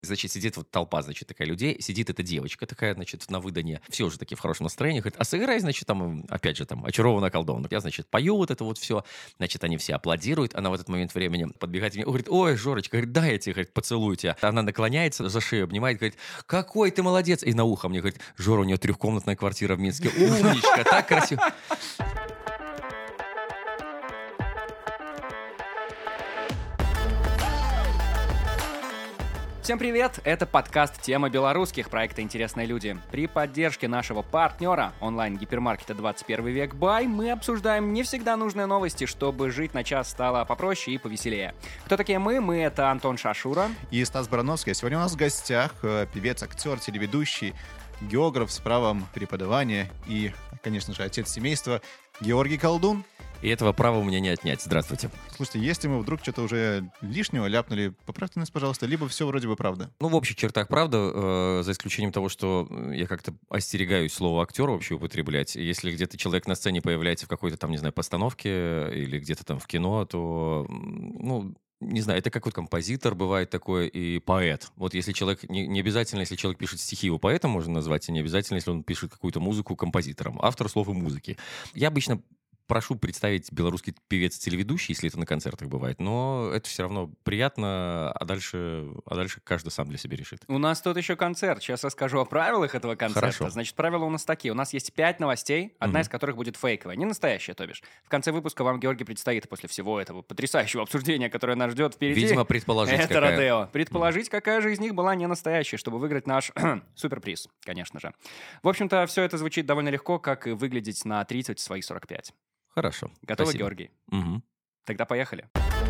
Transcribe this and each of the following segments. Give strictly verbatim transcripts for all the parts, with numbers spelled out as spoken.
Значит, сидит вот толпа, значит, такая людей, сидит эта девочка такая, значит, на выдане, все уже такие в хорошем настроении, говорит, а сыграй, значит, там, опять же, там, очарованно колдовно. Я, значит, пою вот это вот все, значит, они все аплодируют, она в этот момент времени подбегает мне, говорит, ой, Жорочка, говорит, дай я тебе, говорит, поцелую тебя. Она наклоняется, за шею обнимает, говорит, какой ты молодец, и на ухо мне говорит, Жора, у нее трехкомнатная квартира в Минске, умничка, так красиво. Всем привет! Это подкаст «Тема белорусских» проекта «Интересные люди». При поддержке нашего партнера онлайн-гипермаркета двадцать первый век Бай мы обсуждаем не всегда нужные новости, чтобы жить на час стало попроще и повеселее. Кто такие мы? Мы — это Антон Шашура и Стас Барановский. Сегодня у нас в гостях певец, актер, телеведущий, географ с правом преподавания и, конечно же, отец семейства Георгий Колдун. И этого права у меня не отнять. Здравствуйте. Слушайте, если мы вдруг что-то уже лишнего ляпнули, поправьте нас, пожалуйста, либо все вроде бы правда. Ну, в общих чертах правда, э, за исключением того, что я как-то остерегаюсь слова актер вообще употреблять. Если где-то человек на сцене появляется в какой-то там, не знаю, постановке или где-то там в кино, то, ну, не знаю, это как вот композитор бывает такой и поэт. Вот если человек, не, не обязательно, если человек пишет стихи, его поэтом можно назвать, и не обязательно, если он пишет какую-то музыку, композитором. Автор слов и музыки. Я обычно прошу представить белорусский певец-телеведущий, если это на концертах бывает, но это все равно приятно, а дальше, а дальше каждый сам для себя решит. У нас тут еще концерт. Сейчас расскажу о правилах этого концерта. Хорошо. Значит, правила у нас такие. У нас есть пять новостей, одна Мгм. из которых будет фейковая, не настоящая, то бишь. В конце выпуска вам, Георгий, предстоит после всего этого потрясающего обсуждения, которое нас ждет впереди. Видимо, предположить, Это какая. Родео. Предположить, какая же из них была не настоящая, чтобы выиграть наш суперприз, конечно же. В общем-то, все это звучит довольно легко, как и выглядеть на тридцать в свои сорок пять. Хорошо. Готовы, Спасибо. Георгий? Мгм. Тогда поехали.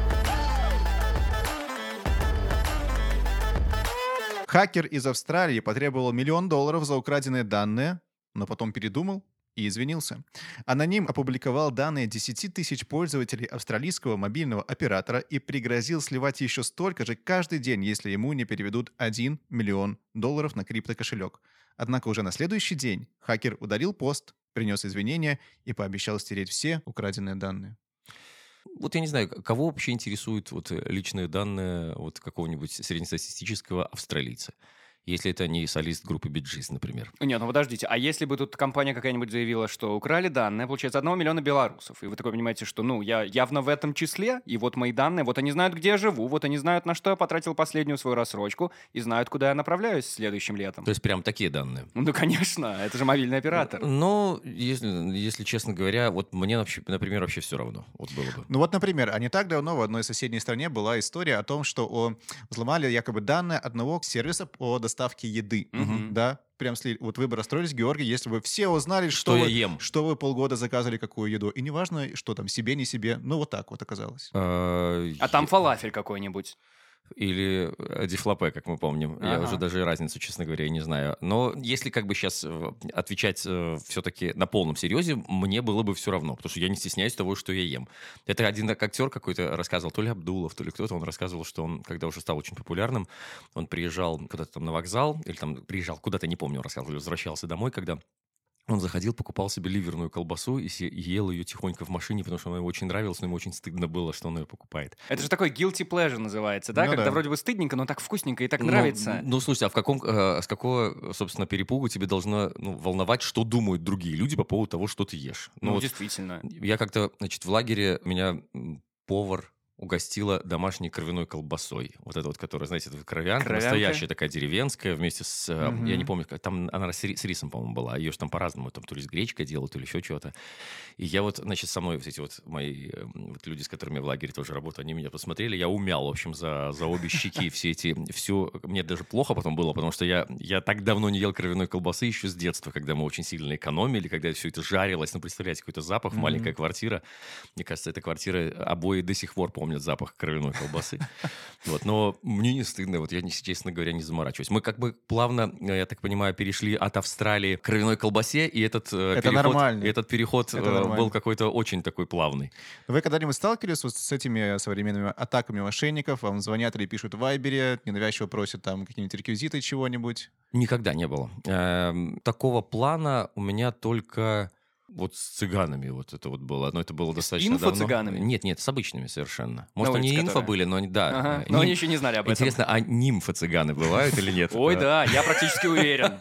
Хакер из Австралии потребовал миллион долларов за украденные данные, но потом передумал и извинился. Аноним опубликовал данные десять тысяч пользователей австралийского мобильного оператора и пригрозил сливать еще столько же каждый день, если ему не переведут один миллион долларов на криптокошелек. Однако уже на следующий день хакер удалил пост, принес извинения и пообещал стереть все украденные данные. Вот я не знаю, кого вообще интересуют вот личные данные вот какого-нибудь среднестатистического австралийца, если это не солист группы Bee Gees, например. Нет, ну подождите, а если бы тут компания какая-нибудь заявила, что украли данные, получается, одного миллиона белорусов, и вы такой понимаете, что, ну, я явно в этом числе, и вот мои данные, вот они знают, где я живу, вот они знают, на что я потратил последнюю свою рассрочку, и знают, куда я направляюсь следующим летом. То есть прям такие данные. Ну, конечно, это же мобильный оператор. Но, если, если честно говоря, вот мне, вообще, например, вообще все равно. Вот было бы. Ну вот, например, а не так давно в одной соседней стране была история о том, что о, взломали якобы данные одного сервиса по доставке еды. Мгм. Да, прям сли... вот вы бы расстроились, Георгий, если бы все узнали, что, Что я вы, ем. что вы полгода заказывали какую еду. И неважно, что там, себе, не себе. Ну вот так вот оказалось. А, А там е- фалафель какой-нибудь. Или э, дефлопе, как мы помним. Я Ага. уже даже разницу, честно говоря, и не знаю. Но если как бы сейчас отвечать все-таки на полном серьезе, мне было бы все равно, потому что я не стесняюсь того, что я ем. Это один актер какой-то рассказывал, то ли Абдулов, то ли кто-то, он рассказывал, что он, когда уже стал очень популярным, он приезжал куда-то там на вокзал, или там приезжал куда-то, не помню, он рассказывал, или возвращался домой, когда он заходил, покупал себе ливерную колбасу и, се- и ел ее тихонько в машине, потому что она ему очень нравилась, но ему очень стыдно было, что он ее покупает. Это же такой guilty pleasure называется, да? Ну Когда да. вроде бы стыдненько, но так вкусненько и так Ну, нравится. Ну, слушай, а в каком, э, с какого, собственно, перепугу тебе должно ну, волновать, что думают другие люди по поводу того, что ты ешь? Ну, вот действительно. я как-то, значит, в лагере меня м, повар угостила домашней кровяной колбасой. Вот это вот, которая, знаете, это кровянка, Кровянка? настоящая такая деревенская, вместе с... э, Мгм. Я не помню, как- там она с, ри- с рисом, по-моему, была. Ее же там по-разному, там то ли с гречкой делают, то ли еще чего-то. И я вот, значит, со мной вот эти вот мои э, вот люди, с которыми я в лагере тоже работаю, они меня посмотрели, я умял, в общем, за, за обе щеки все эти... Все... Мне даже плохо потом было, потому что я, я так давно не ел кровяной колбасы еще с детства, когда мы очень сильно экономили, когда все это жарилось. Ну, представляете, какой-то запах, Мгм. маленькая квартира. Мне кажется, эта квартира, обои до сих пор помнят запах кровяной колбасы. Вот, но мне не стыдно, вот я, не- честно говоря, не заморачиваюсь. Мы как бы плавно, э, я так понимаю, перешли от Австралии к кровяной колбасе, и этот, э, Это переход, нормально. этот переход Это э, нормально. был какой-то очень такой плавный. Вы когда-нибудь сталкивались вот с этими современными атаками мошенников? Вам звонят или пишут в Вайбере, ненавязчиво просят там какие-нибудь реквизиты чего-нибудь? Никогда не было. Эм, Такого плана у меня только... Вот с цыганами вот это вот было. Но это было достаточно давно. Инфо-цыганами? Нет, нет, с обычными совершенно. Может, На они улице, инфо которые? были, но они, да. Ага, э, но ним- они еще не знали об этом. Интересно, а нимфо-цыганы бывают или нет? Ой, Э, да, я практически уверен.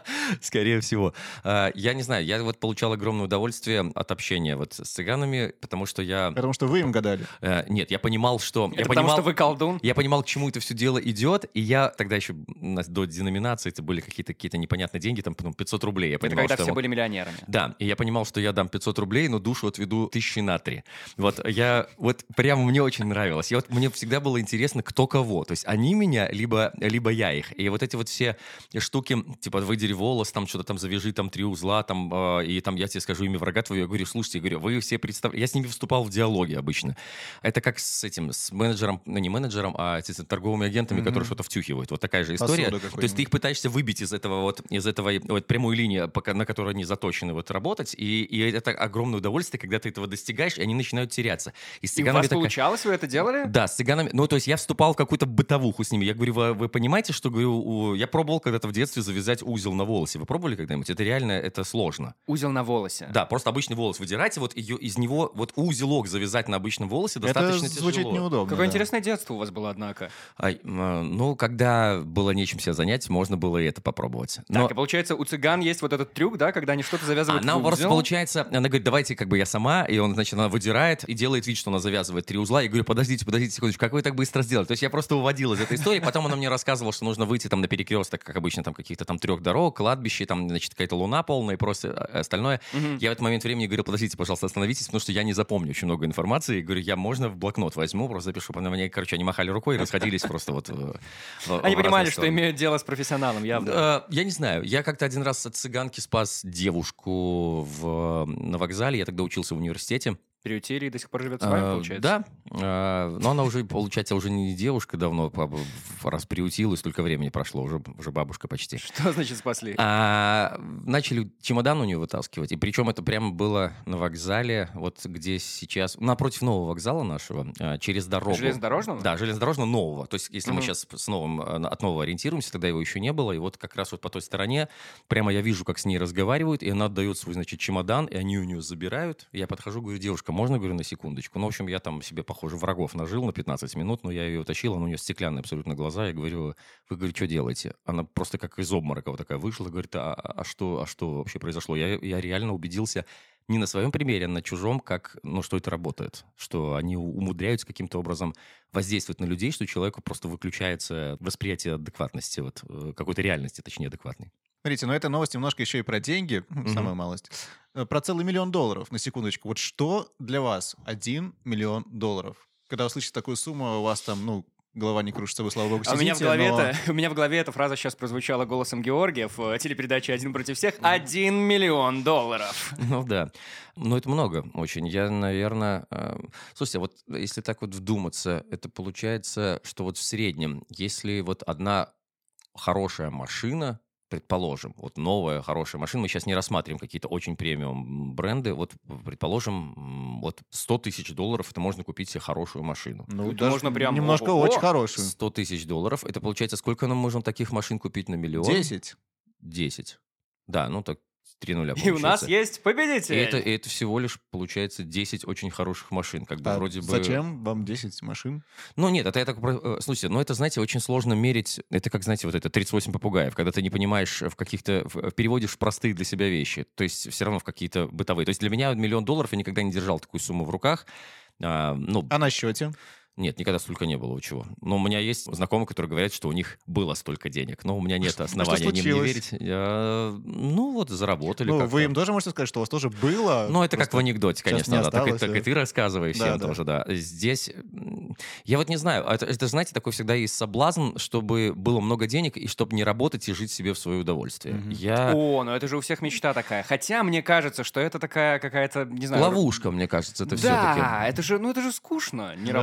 Скорее всего. А, Я не знаю, я вот получал огромное удовольствие от общения вот с цыганами, потому что я... Потому что вы им гадали. э, Нет, я понимал, что... Я Это потому понимал, что вы колдун? я понимал, к чему это все дело идет, и я тогда еще, у нас до деноминации, это были какие-то какие-то непонятные деньги, там, потом пятьсот рублей. Я Это понимал, когда что все вот- были миллионерами. Да, и я понимал, что я дам пятьсот рублей, но душу отведу тысячи на три. Вот я, вот прямо мне очень нравилось. Я вот, мне всегда было интересно, кто кого. То есть они меня, либо, либо я их. И вот эти вот все штуки, типа, выдери волос, там что-то там завяжи, там три узла, там, э, и там я тебе скажу имя врага твоего, я говорю, слушайте, я говорю, вы все представляете... Я с ними вступал в диалоги обычно. Это как с этим, с менеджером, ну не менеджером, а с торговыми агентами, Мгм. которые что-то втюхивают. Вот такая же история. Посуду То есть ты какую-нибудь. их пытаешься выбить из этого вот, из этого вот прямой линии, пока- на которой они заточены, вот работать, и, и это огромное удовольствие, когда ты этого достигаешь, и они начинают теряться. И с И у цыганами вас такая- получалось, вы это делали? Да, с цыганами. Ну, то есть я вступал в какую-то бытовуху с ними. Я говорю, вы, вы понимаете, что говорю, у- я пробовал когда-то в детстве завязать узел на волосе. Вы пробовали когда-нибудь? Это реально, это сложно. Узел на волосе. Да, просто обычный волос выдирать, и вот ее, из него вот узелок завязать на обычном волосе достаточно Это звучит тяжело. неудобно. Какое да. интересное детство у вас было, однако. Ай, м, ну, когда было нечем себя занять, можно было и это попробовать. Но Так, и получается, у цыган есть вот этот трюк, да, когда они что-то завязывают она в просто узел. получается, она говорит, давайте как бы я сама, и он, значит, она выдирает и делает вид, что она завязывает три узла. Я говорю, подождите, подождите секундочку, как вы так быстро сделали? То есть я просто уводил из этой истории, потом она мне рассказывала, что нужно выйти там на перекресток, как обычно, там каких-то там трех дорог, кладбище, там, значит, какая-то луна полная и просто э, остальное. Мгм. Я в этот момент времени говорил, подождите, пожалуйста, остановитесь, потому что я не запомню очень много информации. И говорю, я можно в блокнот возьму, просто запишу. На меня, короче, они махали рукой и расходились просто вот... в- в- Они в понимали, разные что стороны. имеют дело с профессионалом, явно. Э, Я не знаю. Я как-то один раз от цыганки спас девушку в, на вокзале. Я тогда учился в университете. Приютили и до сих пор живет с вами, Э, получается? Да. Э, Но она уже, получается, уже не девушка давно, папа, раз приутила, и столько времени прошло, уже, уже бабушка почти. Что значит спасли? А, начали чемодан у нее вытаскивать. И причем это прямо было на вокзале, вот где сейчас, напротив нового вокзала нашего, а, через дорогу. Железнодорожного? Да, железнодорожного нового. То есть если мы Мгм. сейчас с новым, э, от нового ориентируемся, тогда его еще не было. И вот как раз вот по той стороне прямо я вижу, как с ней разговаривают, и она отдает свой, значит, чемодан, и они у нее забирают. Я подхожу, говорю, девушка, можно, говорю, на секундочку? Ну, в общем, я там себе, похоже, врагов нажил на пятнадцать минут, но я ее утащил, она у нее стеклянные абсолютно глаза. Я говорю, вы, говорю, что делаете? Она просто как из обморока вот такая вышла, говорит, а, а что, а что вообще произошло? Я, я реально убедился не на своем примере, а на чужом, как, ну, что это работает. Что они у- умудряются каким-то образом воздействовать на людей, что человеку просто выключается восприятие адекватности, вот, э, какой-то реальности, точнее, адекватной. Смотрите, но эта новость немножко еще и про деньги, самая малость. Э, Про целый миллион долларов, на секундочку. Вот что для вас один миллион долларов? Когда вы слышите такую сумму, у вас там, ну, голова не кружится, вы, слава богу, А у меня, в сидите, голове но- это, у меня в голове эта фраза сейчас прозвучала голосом Георгия в э, телепередаче «Один против всех». Один миллион долларов. Ну да, но это много очень. Я, наверное... э, Слушайте, вот если так вот вдуматься, это получается, что вот в среднем, если вот одна хорошая машина, предположим, вот новая хорошая машина, мы сейчас не рассматриваем какие-то очень премиум бренды, вот, предположим, м, вот сто тысяч долларов, это можно купить себе хорошую машину. Ну, Это даже можно прям немножко ого-го. очень хорошую. сто тысяч долларов, это получается, сколько нам можем таких машин купить на миллион? Десять. десять. Да, ну так три нуля И получается. у нас есть И победитель. это, и это всего лишь, получается, десять очень хороших машин. Как бы А вроде бы... зачем вам десять машин? Ну, нет, это я так... про- э, Слушайте, ну это, знаете, очень сложно мерить... Это как, знаете, вот это тридцать восемь попугаев, когда ты не понимаешь в каких-то... в- Переводишь в простые для себя вещи. То есть все равно в какие-то бытовые. То есть для меня миллион долларов, я никогда не держал такую сумму в руках. А, ну, А на счете? нет, никогда столько не было у чего. Но у меня есть знакомые, которые говорят, что у них было столько денег. Но у меня нет Что- основания что им не случилось? верить. Я- Ну, вот заработали Ну, как-то. вы им тоже можете сказать, что у вас тоже было. Ну, это как просто в анекдоте, сейчас конечно, не да. Так, и- осталось, так да. и ты рассказывай всем Да, да. тоже, да. Здесь, м, я вот не знаю, это, это, знаете, такой всегда есть соблазн, чтобы было много денег и чтобы не работать и жить себе в свое удовольствие. Мгм. Я... О, ну это же у всех мечта такая. Хотя мне кажется, что это такая какая-то, не знаю... Ловушка, мне кажется, это Да, все-таки. это же, ну это же скучно не Да. работать.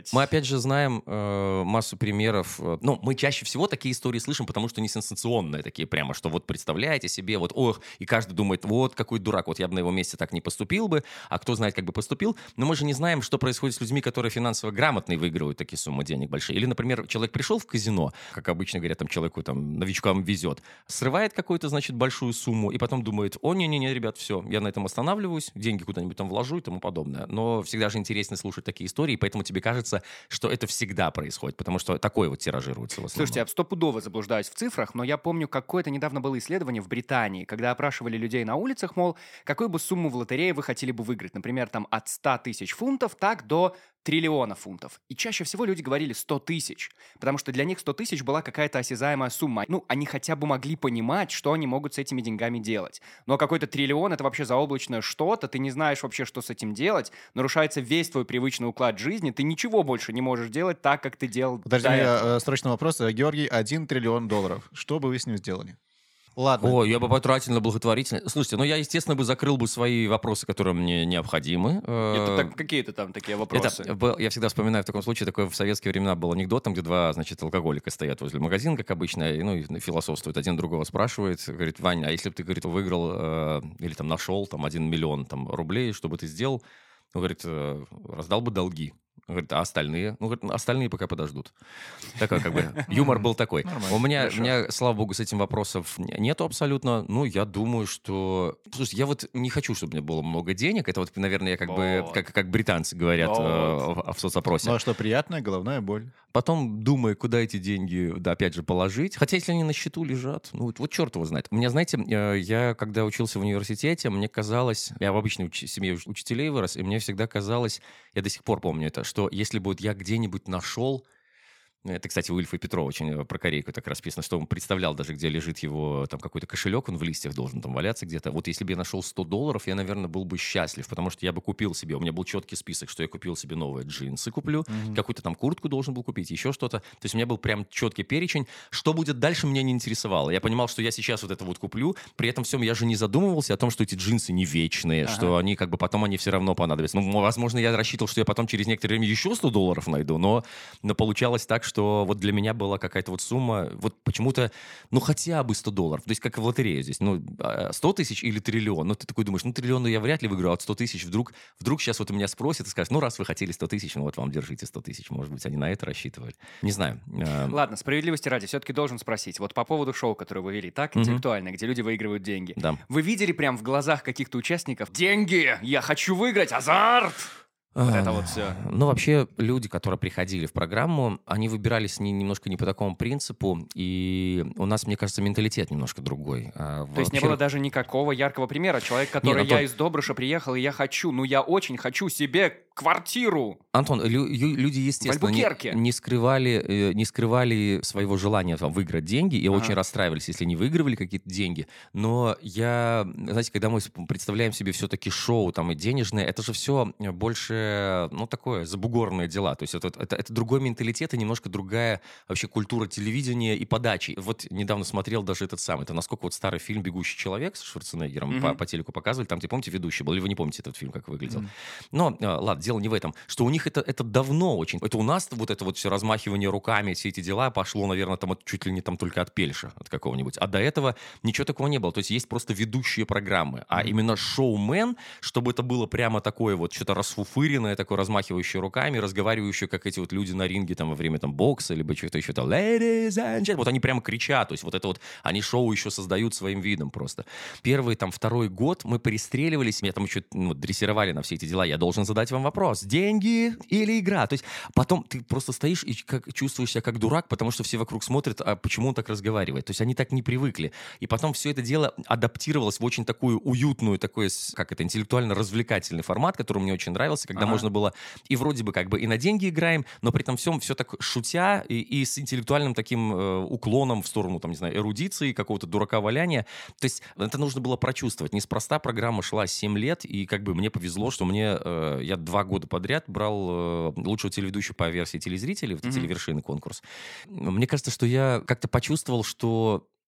сказать. Мы опять же знаем э, массу примеров. э, Ну, мы чаще всего такие истории слышим, потому что они сенсационные такие прямо, что вот представляете себе, вот ох, и каждый думает, вот какой дурак, вот я бы на его месте так не поступил бы, а кто знает, как бы поступил. Но мы же не знаем, что происходит с людьми, которые финансово грамотные, выигрывают такие суммы денег большие. Или, например, человек пришел в казино, как обычно говорят, там человеку, там, новичкам везет, срывает какую-то, значит, большую сумму, и потом думает, о, не-не-не, ребят, все, я на этом останавливаюсь, деньги куда-нибудь там вложу и тому подобное. Но всегда же интересно слушать такие истории, поэтому тебе кажется, что это всегда происходит, потому что такое вот тиражируется в основном. Слушайте, я стопудово заблуждаюсь в цифрах, но я помню, какое-то недавно было исследование в Британии, когда опрашивали людей на улицах, мол, какую бы сумму в лотерее вы хотели бы выиграть. Например, там от ста тысяч фунтов так до триллиона фунтов. И чаще всего люди говорили сто тысяч, потому что для них сто тысяч была какая-то осязаемая сумма. Ну, они хотя бы могли понимать, что они могут с этими деньгами делать. Но какой-то триллион — это вообще заоблачное что-то, ты не знаешь вообще, что с этим делать, нарушается весь твой привычный уклад жизни, ты ничего больше не можешь делать так, как ты делал Подожди, до у этого. меня э, срочный вопрос. Э, Георгий, один триллион долларов. Что бы вы с ним сделали? Ладно. О, я бы потратил на благотворительность. Слушайте, ну я, естественно, бы закрыл бы свои вопросы, которые мне необходимы. Это Э, так, какие-то там такие вопросы. Это, был- я всегда вспоминаю в таком случае, такое в советские времена был анекдот, там, где два, значит, алкоголика стоят возле магазина, как обычно, и, ну, и философствуют. Один другого спрашивает, говорит, Ваня, а если бы ты, говорит, выиграл э, или там нашел там один миллион там, рублей, что бы ты сделал? Он говорит, «Э, раздал бы долги. Он говорит, а остальные? Ну, говорит, остальные пока подождут. Такой, как бы, юмор был такой. Нормально, У меня, у хорошо. меня, слава богу, с этим вопросов нету абсолютно. Ну, я думаю, что... Слушай, я вот не хочу, чтобы у меня было много денег. Это вот, наверное, я как бы, Вот. как, как британцы говорят э, Вот. в, в соцопросе. Ну а что, приятная головная боль? Потом думаю, куда эти деньги, да, опять же, положить. Хотя, если они на счету лежат, ну, вот, вот черт его знает. У меня, знаете, э, я, когда учился в университете, мне казалось... Я в обычной уч- семье уч- учителей вырос, и мне всегда казалось, я до сих пор помню это, что если бы вот я где-нибудь нашел... Это, кстати, у Ильфа Петрова очень про Корейку так расписано, что он представлял даже, где лежит его там какой-то кошелек, он в листьях должен там валяться где-то. Вот если бы я нашел сто долларов, я, наверное, был бы счастлив, потому что я бы купил себе, у меня был четкий список, что я купил себе новые джинсы куплю, Мгм. какую-то там куртку должен был купить, еще что-то. То есть у меня был прям четкий перечень. Что будет дальше, меня не интересовало. Я понимал, что я сейчас вот это вот куплю, при этом всем я же не задумывался о том, что эти джинсы не вечные, Ага. что они как бы потом они все равно понадобятся. Ну, возможно, я рассчитывал, что я потом через некоторое время еще сто долларов найду, но, но получалось так, что вот для меня была какая-то вот сумма, вот почему-то, ну, хотя бы сто долларов. То есть как в лотерею здесь. Ну, а, сто тысяч или триллион. Ну, ты такой думаешь, ну, триллион я вряд ли выиграю, а вот сто тысяч вдруг, вдруг сейчас вот у меня спросят и скажут, ну, раз вы хотели сто тысяч, ну, вот вам держите сто тысяч. Может быть, они на это рассчитывали. Не знаю. А, Ладно, справедливости ради, все-таки должен спросить. Вот по поводу шоу, которое вы вели, так, Мгм. интеллектуальное, где люди выигрывают деньги. Да. Вы видели прям в глазах каких-то участников деньги, я хочу выиграть, азарт! Вот это вот все. Ну, вообще, люди, которые приходили в программу, они выбирались не, немножко не по такому принципу, и у нас, мне кажется, менталитет немножко другой. А, То есть не вообще- было даже никакого яркого примера. Человек, который Антон- я из Добрыша приехал, и я хочу, ну я очень хочу себе квартиру. Антон, лю- ю- люди, естественно, не, Альбукерке. не скрывали, э, не скрывали своего желания там, выиграть деньги и Ага. очень расстраивались, если не выигрывали какие-то деньги. Но я, знаете, когда мы с- представляем себе все-таки шоу там и денежное, это же все больше, ну, такое, забугорные дела. То есть это, это, это другой менталитет и немножко другая вообще культура телевидения и подачи. Вот недавно смотрел даже этот самый, это насколько вот старый фильм «Бегущий человек» с Шварценеггером Мгм. по, по телеку показывали, там, где, помните, ведущий был, или вы не помните этот фильм, как выглядел? Мгм. Но, э, ладно, дело не в этом. Что у них это, это давно очень. Это у нас вот это вот все размахивание руками, все эти дела пошло, наверное, там от- чуть ли не там только от Пельша, от какого-нибудь. А до этого ничего такого не было. То есть есть просто ведущие программы. А Мгм. именно шоумен, чтобы это было прямо такое вот что-то расфуфыренное, такое размахивающее руками, разговаривающее, как эти вот люди на ринге там во время там бокса, либо что-то еще там. Ladies and gentlemen. Вот они прямо кричат. То есть вот это вот, они шоу еще создают своим видом просто. Первый, там, второй год мы пристреливались, меня там еще ну, дрессировали на все эти дела. Я должен задать вам вопрос. Деньги или игра? То есть потом ты просто стоишь и как, чувствуешь себя как дурак, потому что все вокруг смотрят, а почему он так разговаривает. То есть они так не привыкли. И потом все это дело адаптировалось в очень такую уютную, такой, с- как это, интеллектуально-развлекательный формат, который мне очень нравился, когда Ага. можно было и вроде бы как бы и на деньги играем, но при этом всем все так шутя и, и с интеллектуальным таким э, уклоном в сторону, там, не знаю, эрудиции, какого-то дурака валяния. То есть это нужно было прочувствовать. Неспроста программа шла семь лет, и как бы мне повезло, что мне, э, я два года подряд брал э, лучшего телеведущего по версии телезрителей в Мгм. телевершины конкурс. Мне кажется, что я как-то почувствовал, что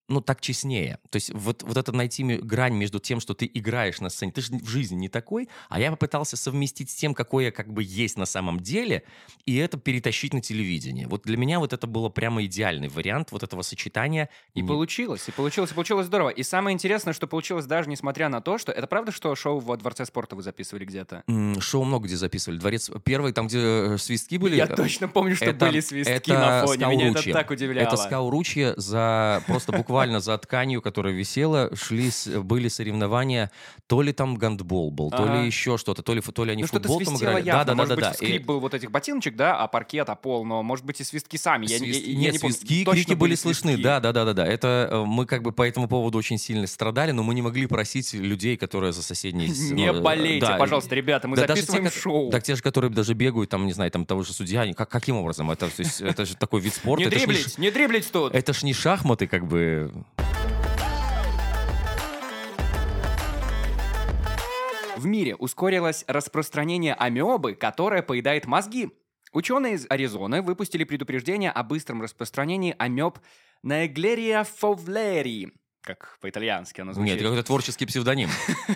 ну, так честнее. То есть вот, вот это найти грань между тем, что ты играешь на сцене, ты же в жизни не такой, а я попытался совместить с тем, какой я как бы есть на самом деле, и это перетащить на телевидение. Вот для меня вот это было прямо идеальный вариант вот этого сочетания. И не... получилось, и получилось, и получилось здорово. И самое интересное, что получилось даже несмотря на то, что... Это правда, что шоу во Дворце спорта вы записывали где-то? Mm, шоу много где записывали. Дворец первый, там, где свистки были. Я точно помню, что это, были свистки на фоне. Меня это так удивляло. Это Скауручье за просто буквально буквально за тканью, которая висела, шли, были соревнования, то ли там гандбол был, ага. то ли еще что-то, то ли, то ли они ну, футбол там играли. Явно. Да, да, может да, быть, да, скрип и... был вот этих ботиночек, да, а паркет, а пол, но может быть и свистки сами. Я, Свист... я, я, Нет, я не свистки и помню. крики были слышны, свистки. да, да, да, да, да. Это мы как бы по этому поводу очень сильно страдали, но мы не могли просить людей, которые за соседней... Не болейте, да. пожалуйста, ребята, мы да, записываем те, шоу. Так те же, которые даже бегают, там, не знаю, там того же судья, как, каким образом? Это, то есть, это же такой вид спорта. Не дриблить, не дриблить тут. Это ж не шахматы, как бы... В мире ускорилось распространение амебы, которая поедает мозги. Ученые из Аризоны выпустили предупреждение о быстром распространении амеб Naegleria fowleri, как по-итальянски оно звучит. Нет, это какой-то творческий псевдоним.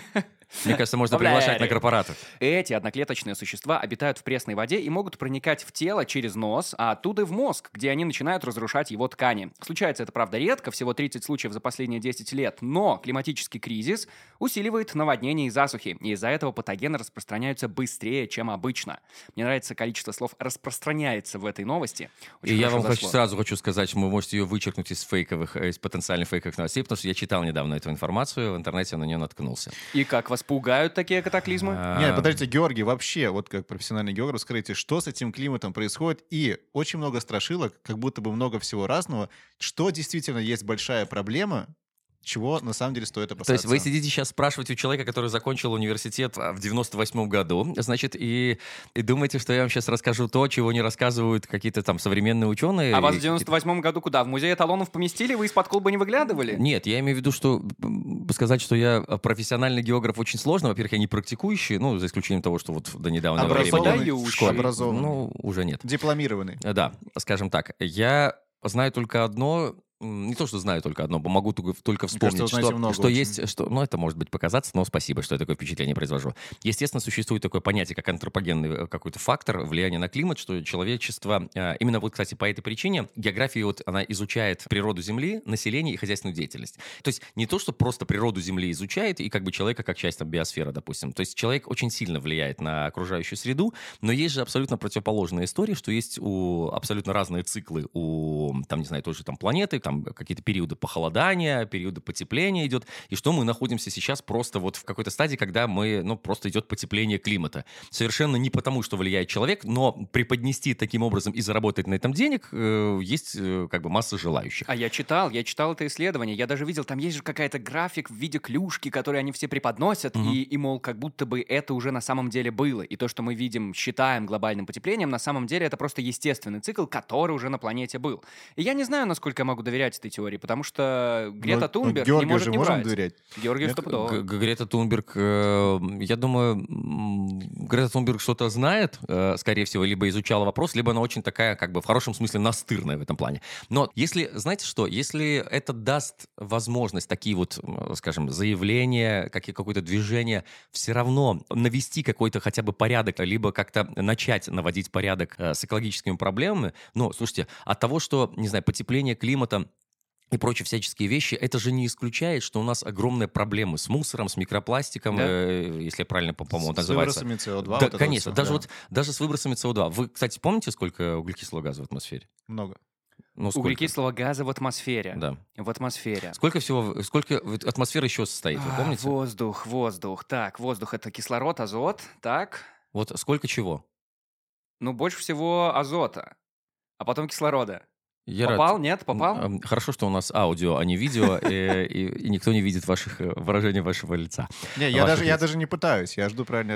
Мне кажется, можно приглашать на корпоратов. Эти одноклеточные существа обитают в пресной воде и могут проникать в тело через нос, а оттуда в мозг, где они начинают разрушать его ткани. Случается это, правда, редко, всего тридцать случаев за последние десять лет, но климатический кризис усиливает наводнения и засухи, и из-за этого патогены распространяются быстрее, чем обычно. Мне нравится количество слов «распространяется» в этой новости. Очень и я вам хочу, сразу хочу сказать, что вы можете ее вычеркнуть из фейковых, из потенциальных фейковых новостей, потому что я читал недавно эту информацию, в интернете на нее наткнулся. И как вас пугают такие катаклизмы? А... Нет, подождите, Георгий, вообще, вот как профессиональный географ, скажите, что с этим климатом происходит? И очень много страшилок, как будто бы много всего разного. Что действительно есть большая проблема, чего на самом деле стоит опасаться? То есть вы сидите сейчас спрашивать у человека, который закончил университет в девяносто восьмом году, значит, и, и думаете, что я вам сейчас расскажу то, чего не рассказывают какие-то там современные ученые? А вас в девяносто восьмом году куда? В музей эталонов поместили? Вы из-под колбы не выглядывали? Нет, я имею в виду, что сказать, что я профессиональный географ, очень сложно. Во-первых, я не практикующий, ну, за исключением того, что вот до недавнего времени в школе. Образованный. Ну, уже нет. Дипломированный. Да, скажем так. Я знаю только одно... Не то, что знаю только одно, могу только вспомнить, кажется, что, что есть, что, ну, это может быть показаться, но спасибо, что я такое впечатление произвожу. Естественно, существует такое понятие, как антропогенный какой-то фактор влияния на климат, что человечество, именно вот, кстати, по этой причине география, вот, она изучает природу Земли, население и хозяйственную деятельность. То есть не то, что просто природу Земли изучает и как бы человека как часть там, биосферы, допустим. То есть человек очень сильно влияет на окружающую среду, но есть же абсолютно противоположная история, что есть у абсолютно разные циклы у, там, не знаю, той же там планеты, там какие-то периоды похолодания, периоды потепления идет, и что мы находимся сейчас просто вот в какой-то стадии, когда мы, ну, просто идет потепление климата. Совершенно не потому, что влияет человек, но преподнести таким образом и заработать на этом денег э, есть э, как бы масса желающих. А я читал, я читал это исследование, я даже видел, там есть же какая-то график в виде клюшки, которую они все преподносят, угу. и, и, мол, как будто бы это уже на самом деле было. И то, что мы видим, считаем глобальным потеплением, на самом деле это просто естественный цикл, который уже на планете был. И я не знаю, насколько я могу доверять этой теории, потому что Грета но, Тунберг не может же не можем брать. доверять? Георгию стопудово. Грета Тунберг, э, я думаю, Грета Тунберг что-то знает, э, скорее всего, либо изучала вопрос, либо она очень такая, как бы, в хорошем смысле, настырная в этом плане. Но если, знаете что, если это даст возможность такие вот, скажем, заявления, как и какое-то движение, все равно навести какой-то хотя бы порядок, либо как-то начать наводить порядок э, с экологическими проблемами, ну, слушайте, от того, что, не знаю, потепление климата и прочие всяческие вещи, это же не исключает, что у нас огромные проблемы с мусором, с микропластиком, да? э, если правильно, по-моему, с называется. С выбросами си о два. Да, вот конечно, все, даже, да. вот, даже с выбросами си о два. Вы, кстати, помните, сколько углекислого газа в атмосфере? Много. Ну, углекислого газа в атмосфере. Да. В атмосфере. Сколько всего, сколько атмосфера еще состоит, вы помните? А, воздух, воздух. Так, воздух — это кислород, азот, так? Вот сколько чего? Ну, больше всего азота, а потом кислорода. Я попал? рад. Нет? Попал? Хорошо, что у нас аудио, а не видео, и никто не видит ваших выражений вашего лица. Не, я даже не пытаюсь, я жду правильный ответ.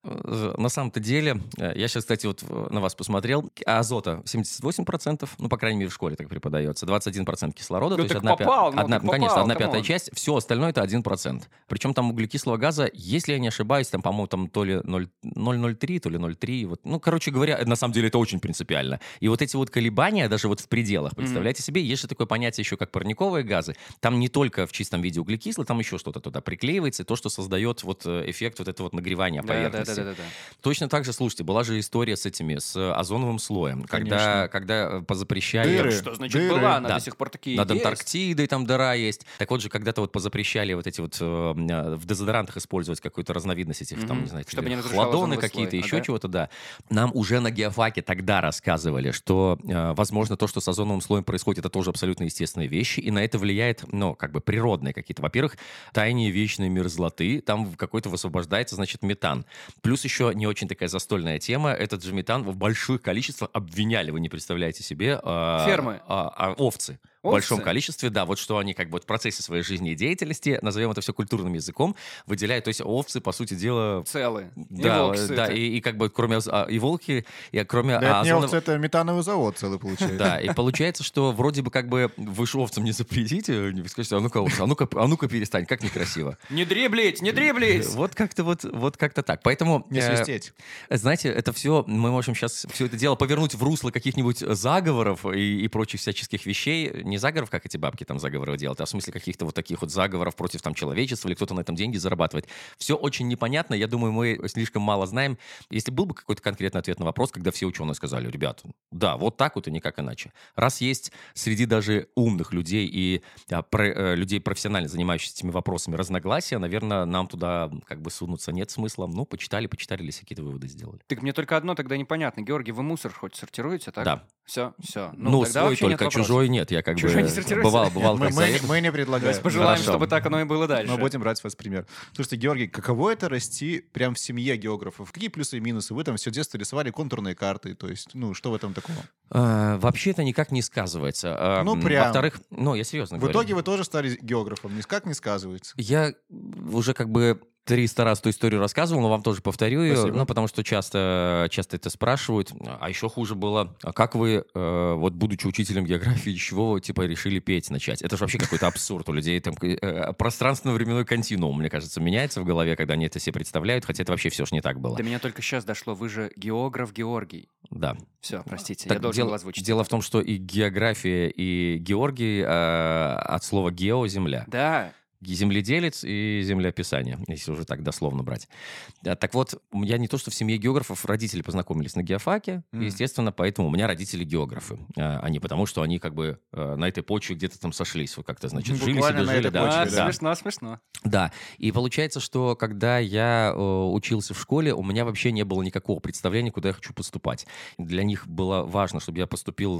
На самом-то деле, я сейчас, кстати, вот на вас посмотрел, азота семьдесят восемь процентов, ну, по крайней мере, в школе так преподается, двадцать один процент кислорода, Ну, то есть так одна, попал, пя- ну, одна- так ну, конечно, попал, одна камон. пятая часть, все остальное это один процент. Причем там углекислого газа, если я не ошибаюсь, там, по-моему, там то ли ноль целых ноль три, то ли ноль целых три, вот, ну, короче говоря, на самом деле это очень принципиально. И вот эти вот колебания, даже вот в пределах, представляете себе, есть же такое понятие еще, как парниковые газы, там не только в чистом виде углекислый, там еще что-то туда приклеивается, то, что создает вот эффект вот этого вот нагревания поверхности. Да, да, да, да, да. Точно так же, слушайте, была же история с этими, с озоновым слоем, когда, Конечно. когда позапрещали... Дыры. Что значит Дыры. была? Она Да. до сих пор такие Над есть. Антарктидой там дыра есть. Так вот же, когда-то вот позапрещали вот эти вот э, в дезодорантах использовать какую-то разновидность этих, там, Мгм. не знаю, Чтобы или не разрушало хладоны озоновый какие-то, слой. еще Ага. чего-то, да. Нам уже на геофаке тогда рассказывали, что, э, возможно, то, что с озоновым слоем происходит, это тоже абсолютно естественные вещи, и на это влияет, ну, как бы природные какие-то. Во-первых, таяние вечной мерзлоты, там какой-то высвобождается, значит, метан. Плюс еще не очень такая застольная тема, этот же метан в больших количествах обвиняли, вы не представляете себе, э, Фермы. а, а, овцы. В Овцы? большом количестве, да, вот что они как бы вот в процессе своей жизнедеятельности, назовем это все культурным языком, выделяют, то есть овцы, по сути дела... Целые. Да, и волки да, сыты. и, и как бы кроме оз- а, и волки, и кроме Да, а, это не озонов- овцы, это метановый завод целый получается. да, и получается, что вроде бы как бы вы ж овцам не запретите, не скажете, а ну-ка, овца, а ну-ка, а ну-ка перестань, как некрасиво. Не дриблить, не дриблить! Вот как-то вот, вот как-то так. Поэтому, Не э, свистеть. знаете, это все, мы можем сейчас все это дело повернуть в русло каких-нибудь заговоров и, и прочих всяческих вещей. Не заговоров, как эти бабки там заговоры делают, а в смысле каких-то вот таких вот заговоров против там человечества или кто-то на этом деньги зарабатывает. Все очень непонятно. Я думаю, мы слишком мало знаем. Если был бы какой-то конкретный ответ на вопрос, когда все ученые сказали, ребята, да, вот так вот и никак иначе. Раз есть среди даже умных людей и а, про, э, людей, профессионально занимающихся этими вопросами, разногласия, наверное, нам туда как бы сунуться нет смысла. Ну, почитали, почитали, или какие-то выводы сделали. Так мне только одно тогда непонятно. Георгий, вы мусор хоть сортируете, так? Да. Все, все. Ну, тогда свой вообще нет только, вопросов. чужой нет. Я как Чужой бы не сортируется? бывал, бывал Мы, как мы- совет. мы не предлагаем. Пожелаем, Хорошо. чтобы так оно и было дальше. Мы будем брать с вас пример. Слушайте, Георгий, каково это расти прям в семье географов? Какие плюсы и минусы? Вы там все детство рисовали контурные карты. То есть, ну, что в этом такого? А, вообще это никак не сказывается. А, Ну, м, прям. Во-вторых, ну, я серьезно В говорю. итоге вы тоже стали географом. Никак не сказывается. Я уже как бы триста раз эту историю рассказывал, но вам тоже повторю ее, Спасибо. ну, потому что часто, часто это спрашивают. А еще хуже было, а как вы, э, вот будучи учителем географии, с чего вы, типа, решили петь начать? Это же вообще какой-то абсурд. У людей там э, пространственно-временной континуум, мне кажется, меняется в голове, когда они это себе представляют, хотя это вообще все ж не так было. До меня только сейчас дошло. Вы же географ Георгий. Да. Все, простите, Так я должен дело, был озвучить. дело в том, что и география, и Георгий э, от слова «гео» — земля. Да. Земледелец и землеописание, если уже так дословно брать. А, Так вот, у меня не то, что в семье географов родители познакомились на геофаке, Мгм. естественно, поэтому у меня родители географы, а а не потому, что они как бы э, на этой почве где-то там сошлись, вот как-то, значит, жили Буквально себе, на жили, этой да. А, почве, да. смешно, смешно. Да, и получается, что когда я э, учился в школе, у меня вообще не было никакого представления, куда я хочу поступать. Для них было важно, чтобы я поступил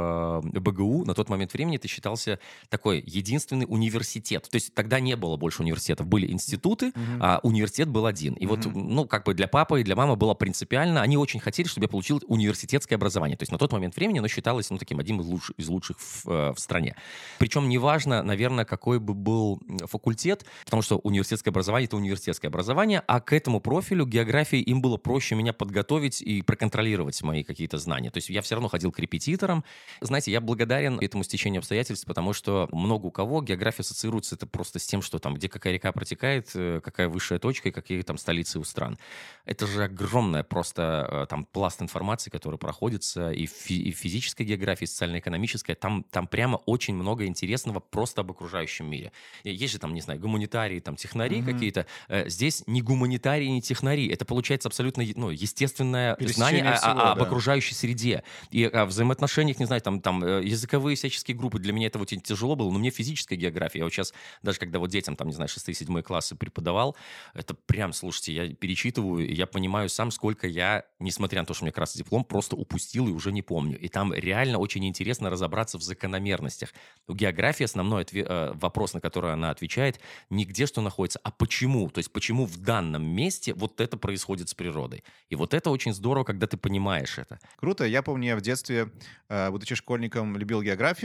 в э, БГУ. На тот момент времени это считался такой единственный университет. То есть тогда не было больше университетов. Были институты, Мгм. а университет был один. И вот, Мгм. ну, как бы для папы и для мамы было принципиально. Они очень хотели, чтобы я получил университетское образование. То есть на тот момент времени оно считалось, ну, таким одним из лучших, из лучших в, э, в стране. Причем неважно, наверное, какой бы был факультет, потому что университетское образование — это университетское образование, а к этому профилю географии им было проще меня подготовить и проконтролировать мои какие-то знания. То есть я все равно ходил к репетиторам. Знаете, я благодарен этому стечению обстоятельств, потому что много у кого география ассоциируется это просто с тем, что там, где какая река протекает, э, какая высшая точка и какие там столицы у стран. Это же огромная просто э, там пласт информации, который проходится и в, фи- и в физической географии, и социально-экономической. Там, там прямо очень много интересного просто об окружающем мире. И есть же там, не знаю, гуманитарии, там технари Мгм. какие-то. Э, Здесь не гуманитарии, не технари. Это получается абсолютно е- ну, естественное знание Пересечение о- о- всего, об да. окружающей среде. И о взаимоотношениях, не знаю, там, там э, языковые всяческие группы. Для меня это вот тяжело было, но мне физическая география. Я вот сейчас, даже когда вот детям, там, не знаю, шестые-седьмые классы преподавал, это прям, слушайте, я перечитываю, и я понимаю сам, сколько я, несмотря на то, что у меня красный диплом, просто упустил и уже не помню. И там реально очень интересно разобраться в закономерностях. У географии основной отве- э, вопрос, на который она отвечает, не где что находится, а почему. То есть почему в данном месте вот это происходит с природой. И вот это очень здорово, когда ты понимаешь это. Круто. Я помню, я в детстве, э, будучи школьником, любил географию.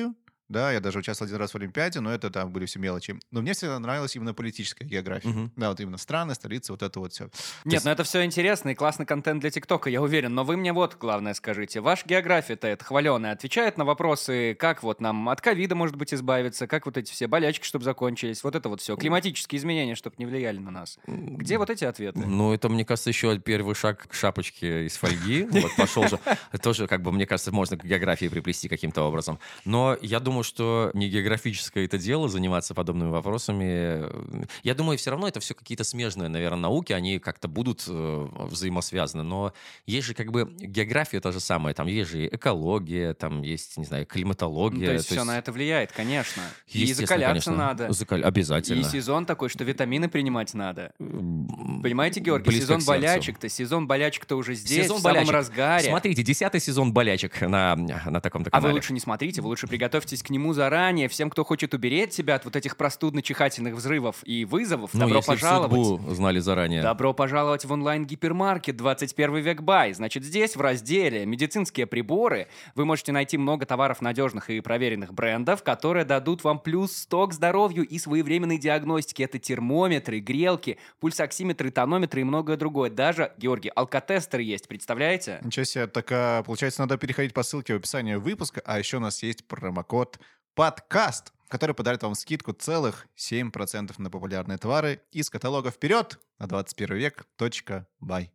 Да, я даже участвовал один раз в Олимпиаде, но это там были все мелочи. Но мне всегда нравилась именно политическая география. Мгм. Да, вот именно страны, столицы, вот это вот все. Нет, есть- ну это все интересно и классный контент для ТикТока, я уверен. Но вы мне вот главное скажите. Ваша география-то это хваленая отвечает на вопросы, как вот нам от ковида, может быть, избавиться, как вот эти все болячки, чтобы закончились, вот это вот все, климатические изменения, чтобы не влияли на нас. Где вот эти ответы? Ну, это, мне кажется, еще первый шаг к шапочке из фольги. Вот пошел же. Тоже, как бы, мне кажется, можно к географии приплести каким-то образом. Но я думаю, что не географическое это дело заниматься подобными вопросами. Я думаю, все равно это все какие-то смежные, наверное, науки, они как-то будут э, взаимосвязаны. Но есть же как бы география та же самая. Там есть же экология, там есть, не знаю, Ну, климатология. то есть все на это влияет, конечно. И естественно, закаляться конечно. надо. Закаль- Обязательно. И сезон такой, что витамины принимать надо. М, Понимаете, Георгий, близко сезон к сердцу. болячек-то, сезон болячек-то уже здесь, Сезон в самом болячек. разгаре. Смотрите, десятый сезон болячек на, на таком-то А вы канале. лучше не смотрите, вы лучше приготовьтесь к нему заранее. Всем, кто хочет уберечь себя от вот этих простудно-чихательных взрывов и вызовов, Ну, добро если б пожаловать. судьбу знали заранее. Добро пожаловать в онлайн-гипермаркет двадцать первый век бай. Значит, здесь в разделе «Медицинские приборы» вы можете найти много товаров надежных и проверенных брендов, которые дадут вам плюс сто к здоровью и своевременной диагностике. Это термометры, грелки, пульсоксиметры, тонометры и многое другое. Даже, Георгий, алкотестеры есть, представляете? Ничего себе, так, а, получается, надо переходить по ссылке в описании выпуска, а еще у нас есть промокод «Подкаст», который подарит вам скидку целых семь процентов на популярные товары из каталога «Вперед» на двадцать первый век точка бай.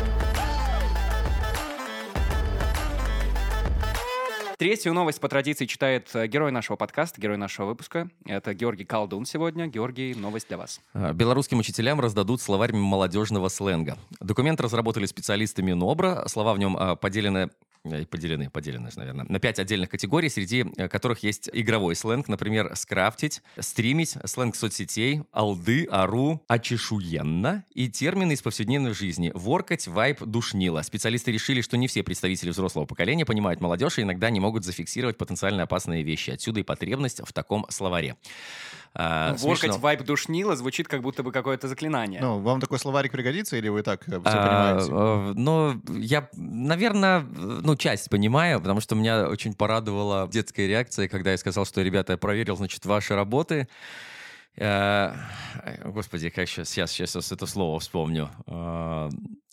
Третью новость по традиции читает э, герой нашего подкаста, герой нашего выпуска. Это Георгий Колдун сегодня. Георгий, новость для вас. А, Белорусским учителям раздадут словарь молодежного сленга. Документ разработали специалисты Минобра. Слова в нем а, поделены... э, Поделены, поделены, наверное, на пять отдельных категорий, среди э, которых есть игровой сленг, например, скрафтить, стримить, сленг соцсетей, алды, ару, очешуенно и термины из повседневной жизни, воркать, вайп, душнило. Специалисты решили, что не все представители взрослого поколения понимают молодежь и иногда не могут зафиксировать потенциально опасные вещи. Отсюда и потребность в таком словаре. А, Воркать, смешно. вайп, душнило звучит как будто бы какое-то заклинание. Ну, вам такой словарик пригодится, или вы так все А, понимаете? э, Ну, я, наверное, ну, часть понимаю, потому что меня очень порадовала детская реакция, когда я сказал, что, ребята, я проверил, значит, ваши работы. Э, Господи, как сейчас, сейчас, сейчас это слово вспомню. Э,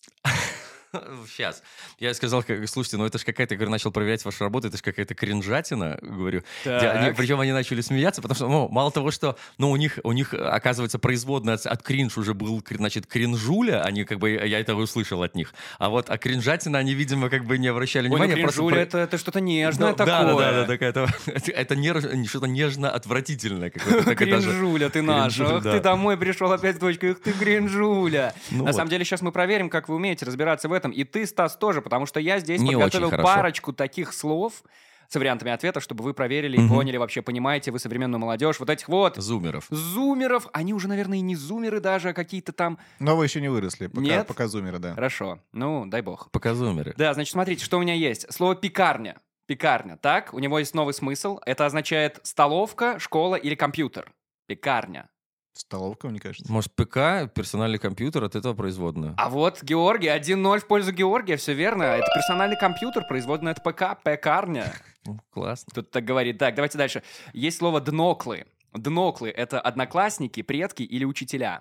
Сейчас. Я сказал, как, слушайте, ну это же какая-то, я говорю, начал проверять вашу работу, это же какая-то кринжатина, говорю. Так. Они- причем они начали смеяться, потому что, ну, мало того, что, ну, у них, у них, оказывается, производная от, от кринж уже был, кр- значит, кринжуля, они, как бы, я это услышал от них. А вот, а кринжатина они, видимо, как бы не обращали Ой, ну, внимания. просто кринжуля про- это, это что-то нежное Ну, такое. Да, да, да, да, это, это, это неж- что-то нежно-отвратительное какое-то. так и даже- Кринжуля ты наш. Кринжуля, Ах, да. ты домой пришел опять с дочкой. Ах ты, кринжуля. Ну На вот. самом деле, сейчас мы проверим, как вы умеете разбираться в этом. И ты, Стас, тоже, потому что я здесь Не подготовил очень хорошо. парочку таких слов с вариантами ответа, чтобы вы проверили и Мгм. поняли, вообще понимаете вы современную молодежь. Вот этих вот Зумеров. зумеров, они уже, наверное, и не зумеры даже, а какие-то там... Но вы еще не выросли, пока, Нет? пока зумеры, да. Хорошо, ну, дай бог. Пока зумеры. Да, значит, смотрите, что у меня есть. Слово «пекарня». Пекарня, так? У него есть новый смысл. Это означает столовка, школа или компьютер. Пекарня. Столовка, мне кажется. Может, ПК, персональный компьютер, от этого производная. А вот Георгий, один ноль в пользу Георгия, все верно. Это персональный компьютер, производная от ПК, пекарня. Ну, классно. Тут так говорит. Так, давайте дальше. Есть слово «дноклы». Дноклы — это одноклассники, предки или учителя.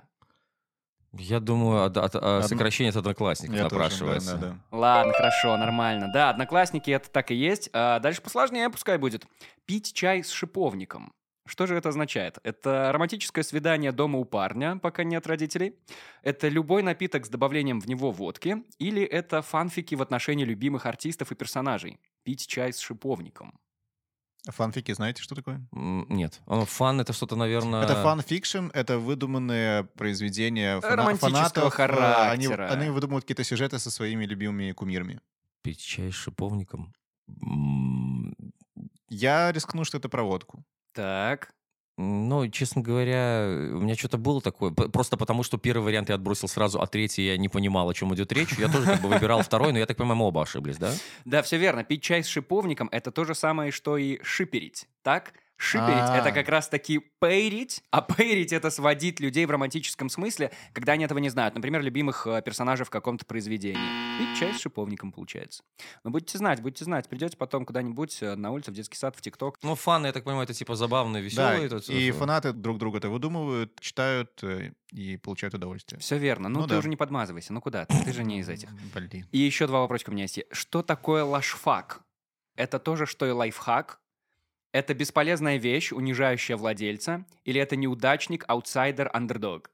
Я думаю, от- от- а, Одно- сокращение от одноклассников Я тоже, напрашивается. да, да, да. Ладно, хорошо, нормально. Да, одноклассники — это так и есть. А дальше посложнее пускай будет. Пить чай с шиповником. Что же это означает? Это романтическое свидание дома у парня, пока нет родителей. Это любой напиток с добавлением в него водки. Или это фанфики в отношении любимых артистов и персонажей. Пить чай с шиповником. Фанфики, знаете, что такое? М, Нет. Он фан это что-то, наверное... Это фан-фикшн, это выдуманные произведения фана- Романтического фанатов. э, Они, характера. они выдумывают какие-то сюжеты со своими любимыми кумирами. Пить чай с шиповником. М, Я рискну, что это про водку. Так. Ну, честно говоря, у меня что-то было такое. П- Просто потому, что первый вариант я отбросил сразу, а третий я не понимал, о чем идет речь. Я тоже как бы выбирал второй, но я так понимаю, мы оба ошиблись, да? Да, все верно. Пить чай с шиповником — это то же самое, что и шиперить. Так? Шиперить — А. это как раз-таки пейрить, а пейрить — это сводить людей в романтическом смысле, когда они этого не знают. Например, любимых э, персонажей в каком-то произведении. И чай с шиповником получается. Но будете знать, будете знать. Придете потом куда-нибудь э, на улицу, в детский сад, в ТикТок. Ну, фаны, я так понимаю, это типа забавные, Да, веселые. тут, и э, фанаты друг друга это выдумывают, читают э, и получают удовольствие. Все верно. Ну, Ну ты да. уже не подмазывайся. Ну куда ты? Ты же не из этих. Блин. И еще два вопросика у меня есть. Что такое лашфак? Это то же, что и лайфхак? Это бесполезная вещь, унижающая владельца? Или это неудачник, аутсайдер, андердог?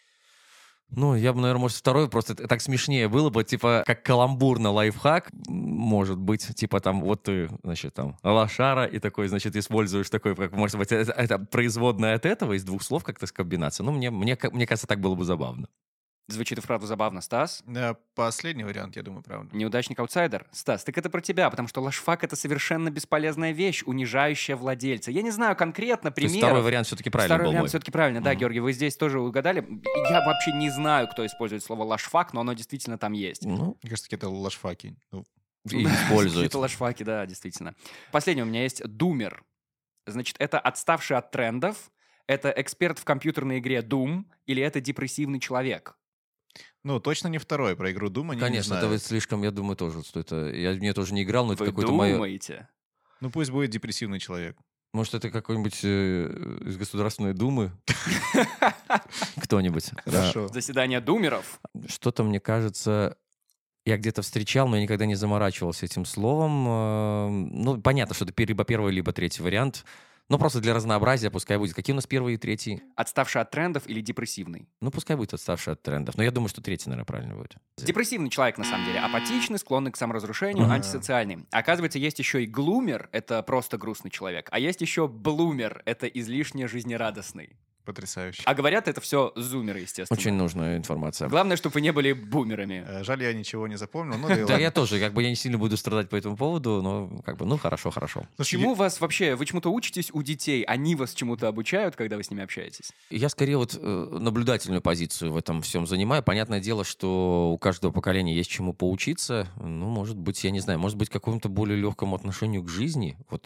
Ну, я бы, наверное, может, второй, просто это так смешнее было бы, типа, как каламбур на лайфхак, может быть, типа, там, вот ты, значит, там, лошара, и такой, значит, используешь такой, как, может быть, это, это производное от этого, из двух слов как-то с комбинацией. Ну, мне, мне, мне кажется, так было бы забавно. Звучит и вправду забавно. Стас? Да, последний вариант, я думаю, правда. Неудачник-аутсайдер? Стас, так это про тебя, потому что лашфак — это совершенно бесполезная вещь, унижающая владельца. Я не знаю конкретно То есть примеров. второй вариант все-таки правильный Второй был вариант мой. все-таки правильно, да, Мгм. Георгий, вы здесь тоже угадали. Я вообще не знаю, кто использует слово лашфак, но оно действительно там есть. Ну, Мне кажется, какие-то лошфаки. Ну, и используют. Какие-то лашфаки, да, действительно. Последний у меня есть думер. Значит, это отставший от трендов, это эксперт в компьютерной игре Doom, или это депрессивный человек? ну, точно не второй, про игру Doom они не Конечно, это знают. вот слишком, я думаю, тоже, что это... Я мне тоже не играл, но это Вы какое-то мое... думаете? Ну, пусть будет депрессивный человек. Может, это какой-нибудь э, из Государственной Думы? Кто-нибудь. Да. Хорошо. Заседание думеров? Что-то, мне кажется, я где-то встречал, но я никогда не заморачивался этим словом. Э, Ну, понятно, что это либо первый, либо третий вариант. Но просто для разнообразия пускай будет. Какие у нас первый и третий? Отставший от трендов или депрессивный? Ну, пускай будет отставший от трендов. Но я думаю, что третий, наверное, правильно будет. Депрессивный человек, на самом деле, апатичный, склонный к саморазрушению, Ага. антисоциальный. Оказывается, есть еще и глумер, это просто грустный человек, а есть еще блумер, это излишне жизнерадостный. Потрясающе. А говорят, это все зумеры, естественно. Очень нужная информация. Главное, чтобы вы не были бумерами. Э, Жаль, я ничего не запомнил. Ну, да, и Да, ладно. я тоже, как бы я не сильно буду страдать по этому поводу, но как бы, ну, хорошо, хорошо. Слушай, Чему вас вообще, вы чему-то учитесь у детей, они вас чему-то обучают, когда вы с ними общаетесь? Я скорее вот э, наблюдательную позицию в этом всем занимаю. Понятное дело, что у каждого поколения есть чему поучиться. Ну, может быть, я не знаю, может быть, какому-то более легкому отношению к жизни. Вот,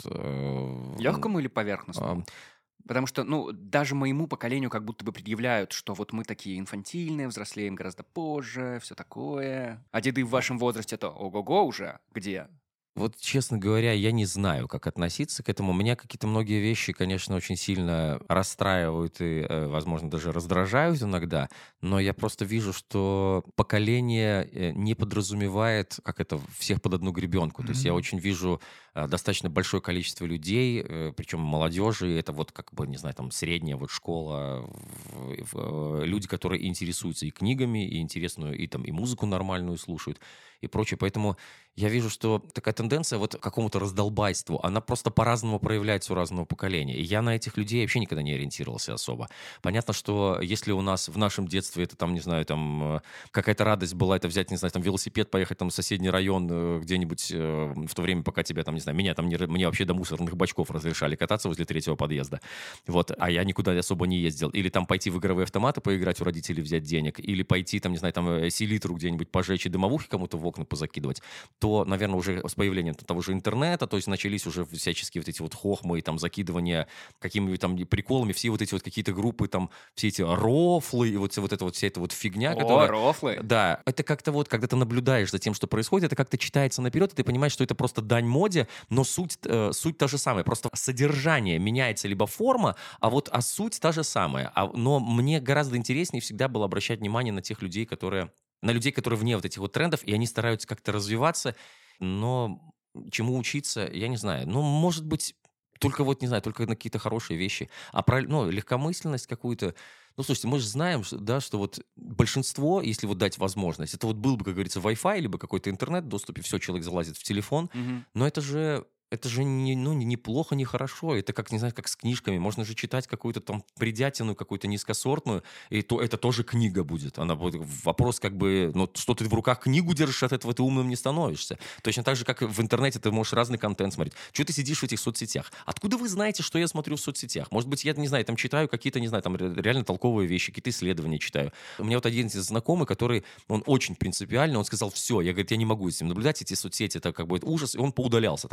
э, Легкому или поверхностному? а, Потому что, ну, даже моему поколению как будто бы предъявляют, что вот мы такие инфантильные, взрослеем гораздо позже, все такое. А деды в вашем возрасте-то ого-го уже где? Вот, честно говоря, я не знаю, как относиться к этому. Меня какие-то многие вещи, конечно, очень сильно расстраивают и, э, возможно, даже раздражают иногда, но я просто вижу, что поколение э, не подразумевает, как это, всех под одну гребенку. То есть я Мгм. очень вижу э, достаточно большое количество людей, э, причем молодежи, это вот как бы, не знаю, там средняя вот школа, в- в- э, люди, которые интересуются и книгами, и интересную, и там и музыку нормальную слушают, и прочее. Поэтому я вижу, что такая тенденция вот к какому-то раздолбайству, она просто по-разному проявляется у разного поколения. И я на этих людей вообще никогда не ориентировался особо. Понятно, что если у нас в нашем детстве это там, не знаю, там э, какая-то радость была, это взять, не знаю, там велосипед, поехать там в соседний район э, где-нибудь э, в то время, пока тебя там, не знаю, меня там не, р- мне вообще до мусорных бачков разрешали кататься возле третьего подъезда. Вот, а я никуда особо не ездил. Или там пойти в игровые автоматы поиграть у родителей, взять денег. Или пойти там, не знаю, там э, селитру где-нибудь пожечь и дымовухи кому-то в окна позакидывать. То, наверное, уже с появлением того же интернета, то есть начались уже всяческие вот эти вот хохмы и там закидывания какими-нибудь там приколами, все вот эти вот какие-то группы, там, все эти рофлы и вот, вот эта вот вся эта вот фигня, О, которая... рофлы. Да, это как-то вот, когда ты наблюдаешь за тем, что происходит, это как-то читается наперед, и ты понимаешь, что это просто дань моде, но суть, э, суть та же самая, просто содержание меняется, либо форма, а вот а суть та же самая. А, но мне гораздо интереснее всегда было обращать внимание на тех людей, которые... на людей, которые вне вот этих вот трендов, и они стараются как-то развиваться, но чему учиться, я не знаю. Ну, может быть, только вот, не знаю, только на какие-то хорошие вещи. А про, ну, легкомысленность какую-то... Ну, слушайте, мы же знаем, что- да, что вот большинство, если вот дать возможность, это вот был бы, как говорится, Wi-Fi, либо какой-то интернет в доступе, все, человек залазит в телефон, Мгм. но это же... Это же не, ну, не неплохо, не хорошо. Это как, не знаю, как с книжками. Можно же читать какую-то там бредятину, какую-то низкосортную, и то это тоже книга будет. Она будет вопрос как бы, ну, что ты в руках книгу держишь, от этого ты умным не становишься. Точно так же, как и в интернете ты можешь разный контент смотреть. Чего ты сидишь в этих соцсетях? Откуда вы знаете, что я смотрю в соцсетях? Может быть, я, не знаю, там читаю какие-то, не знаю, там ре- реально толковые вещи, какие-то исследования читаю. У меня вот один из знакомых, который, он очень принципиальный, он сказал, все, я, говорит, я не могу с этим наблюдать, эти соцсети, это как бы ужас, и он поудалялся там из Фейсбука,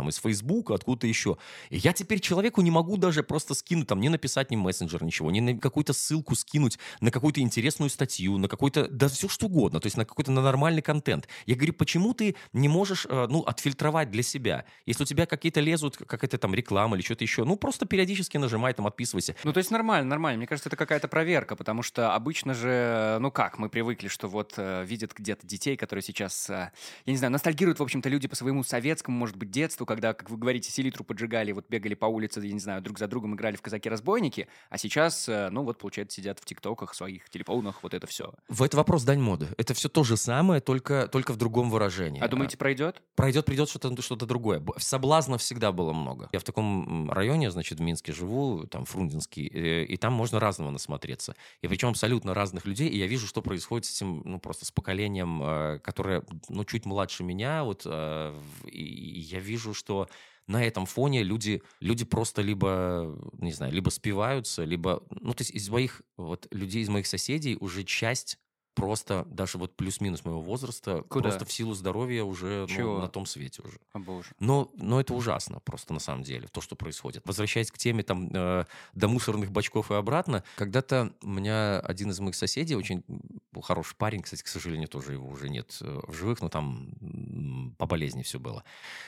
Фейсбука, откуда-то еще. И я теперь человеку не могу даже просто скинуть, там, не написать ни мессенджер, ничего, не на какую-то ссылку скинуть, на какую-то интересную статью, на какой-то, да все что угодно, то есть на какой-то на нормальный контент. Я говорю, почему ты не можешь, ну, отфильтровать для себя? Если у тебя какие-то лезут, какая-то там реклама или что-то еще, ну, просто периодически нажимай, там, отписывайся. Ну, то есть нормально, нормально. Мне кажется, это какая-то проверка, потому что обычно же, ну как, мы привыкли, что вот э, видят где-то детей, которые сейчас, э, я не знаю, ностальгируют, в общем-то, люди по своему советскому, может быть, детству, когда, как вы говорите, селитру поджигали, вот бегали по улице, я не знаю, друг за другом играли в казаки-разбойники, а сейчас, э, ну вот, получается, сидят в тиктоках, в своих телефонах, вот это все. В это вопрос дань моды. Это все то же самое, только, только в другом выражении. А думаете, пройдет? Пройдет, придет что-то, что-то другое. Соблазнов всегда было много. Я в таком районе, значит, в Минске живу, там, Фрунзенский, и, и там можно разного насмотреться. И причем абсолютно разных людей, и я вижу, что происходит с этим, ну, просто с поколением, э, которое, ну, чуть младше меня, вот, э, и, и я вижу, что на этом фоне люди, люди просто либо, не знаю, либо спиваются, либо, ну, то есть из моих, вот, людей, из моих соседей уже часть просто, даже вот плюс-минус моего возраста, Куда? Просто в силу здоровья уже, ну, на том свете уже. О, боже. Но, но это ужасно просто на самом деле, то, что происходит. Возвращаясь к теме там э, до мусорных бачков и обратно, когда-то у меня один из моих соседей, очень хороший парень, кстати, к сожалению, тоже его уже нет э, в живых, но там м, по болезни все было.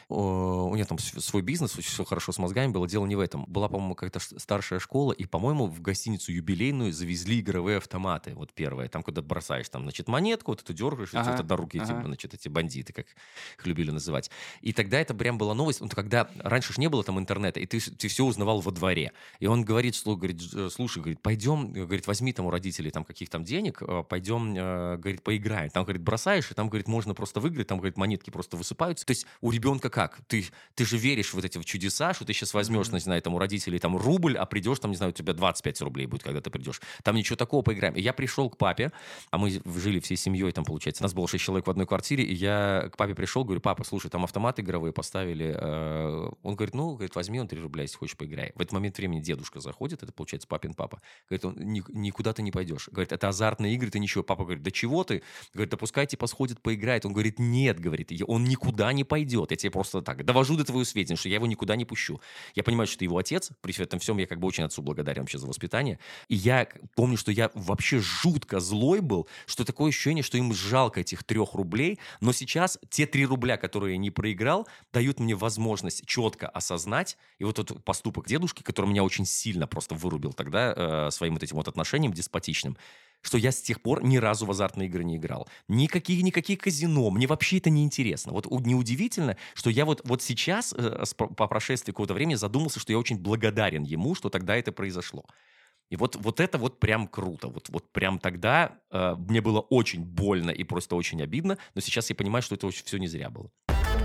О, у него там свой бизнес, очень все хорошо с мозгами было, дело не в этом. Была, по-моему, какая-то старшая школа, и, по-моему, в гостиницу юбилейную завезли игровые автоматы, вот первые, там, куда бросаешь, там, значит, монетку, вот эту дергаешь, ага, и вот до руки ага. эти, значит, эти бандиты, как их любили называть. И тогда это прям была новость, ну, когда раньше же не было там интернета, и ты, ты все узнавал во дворе. И он говорит, что, говорит, слушай, говорит, пойдем, говорит, возьми там у родителей там каких там денег, пойдем, говорит, поиграем. Там, говорит, бросаешь, и там, говорит, можно просто выиграть, там, говорит, монетки просто высыпаются. То есть у ребенка как? Ты, ты же веришь в вот эти в чудеса, что ты сейчас возьмешь, mm-hmm. не знаю, там у родителей там рубль, а придешь, там, не знаю, у тебя двадцать пять рублей будет, когда ты придешь. Там ничего такого, поиграем. И я пришел к папе, а мы жили всей семьей, там, получается, у нас было шесть человек в одной квартире, и я к папе пришел, говорю, папа, слушай, там автоматы игровые поставили. Он говорит, ну, говорит, возьми он три рубля, если хочешь, поиграй. В этот момент времени дедушка заходит, это, получается, папин папа. Говорит, он, никуда ты не пойдешь. Говорит, это азартные игры, ты ничего. Папа говорит, да чего ты? Говорит, да пускай типа сходит, поиграет. Он говорит, нет, говорит, он никуда не пойдет. Я тебе просто так довожу до твоего сведения, что я его никуда не пущу. Я понимаю, что ты его отец, при этом всем я как бы очень отцу благодарен вообще за воспитание. И я помню, что я вообще жутко злой был, что такое ощущение, что им жалко этих трех рублей, но сейчас те три рубля, которые я не проиграл, дают мне возможность четко осознать, и вот этот поступок дедушки, который меня очень сильно просто вырубил тогда э, своим вот этим вот отношением деспотичным, что я с тех пор ни разу в азартные игры не играл. Никакие, никакие казино, мне вообще это не интересно. Вот неудивительно, что я вот, вот сейчас, э, по прошествии какого-то времени, задумался, что я очень благодарен ему, что тогда это произошло. И вот, вот это вот прям круто. Вот, вот прям тогда э, мне было очень больно и просто очень обидно, но сейчас я понимаю, что это все не зря было.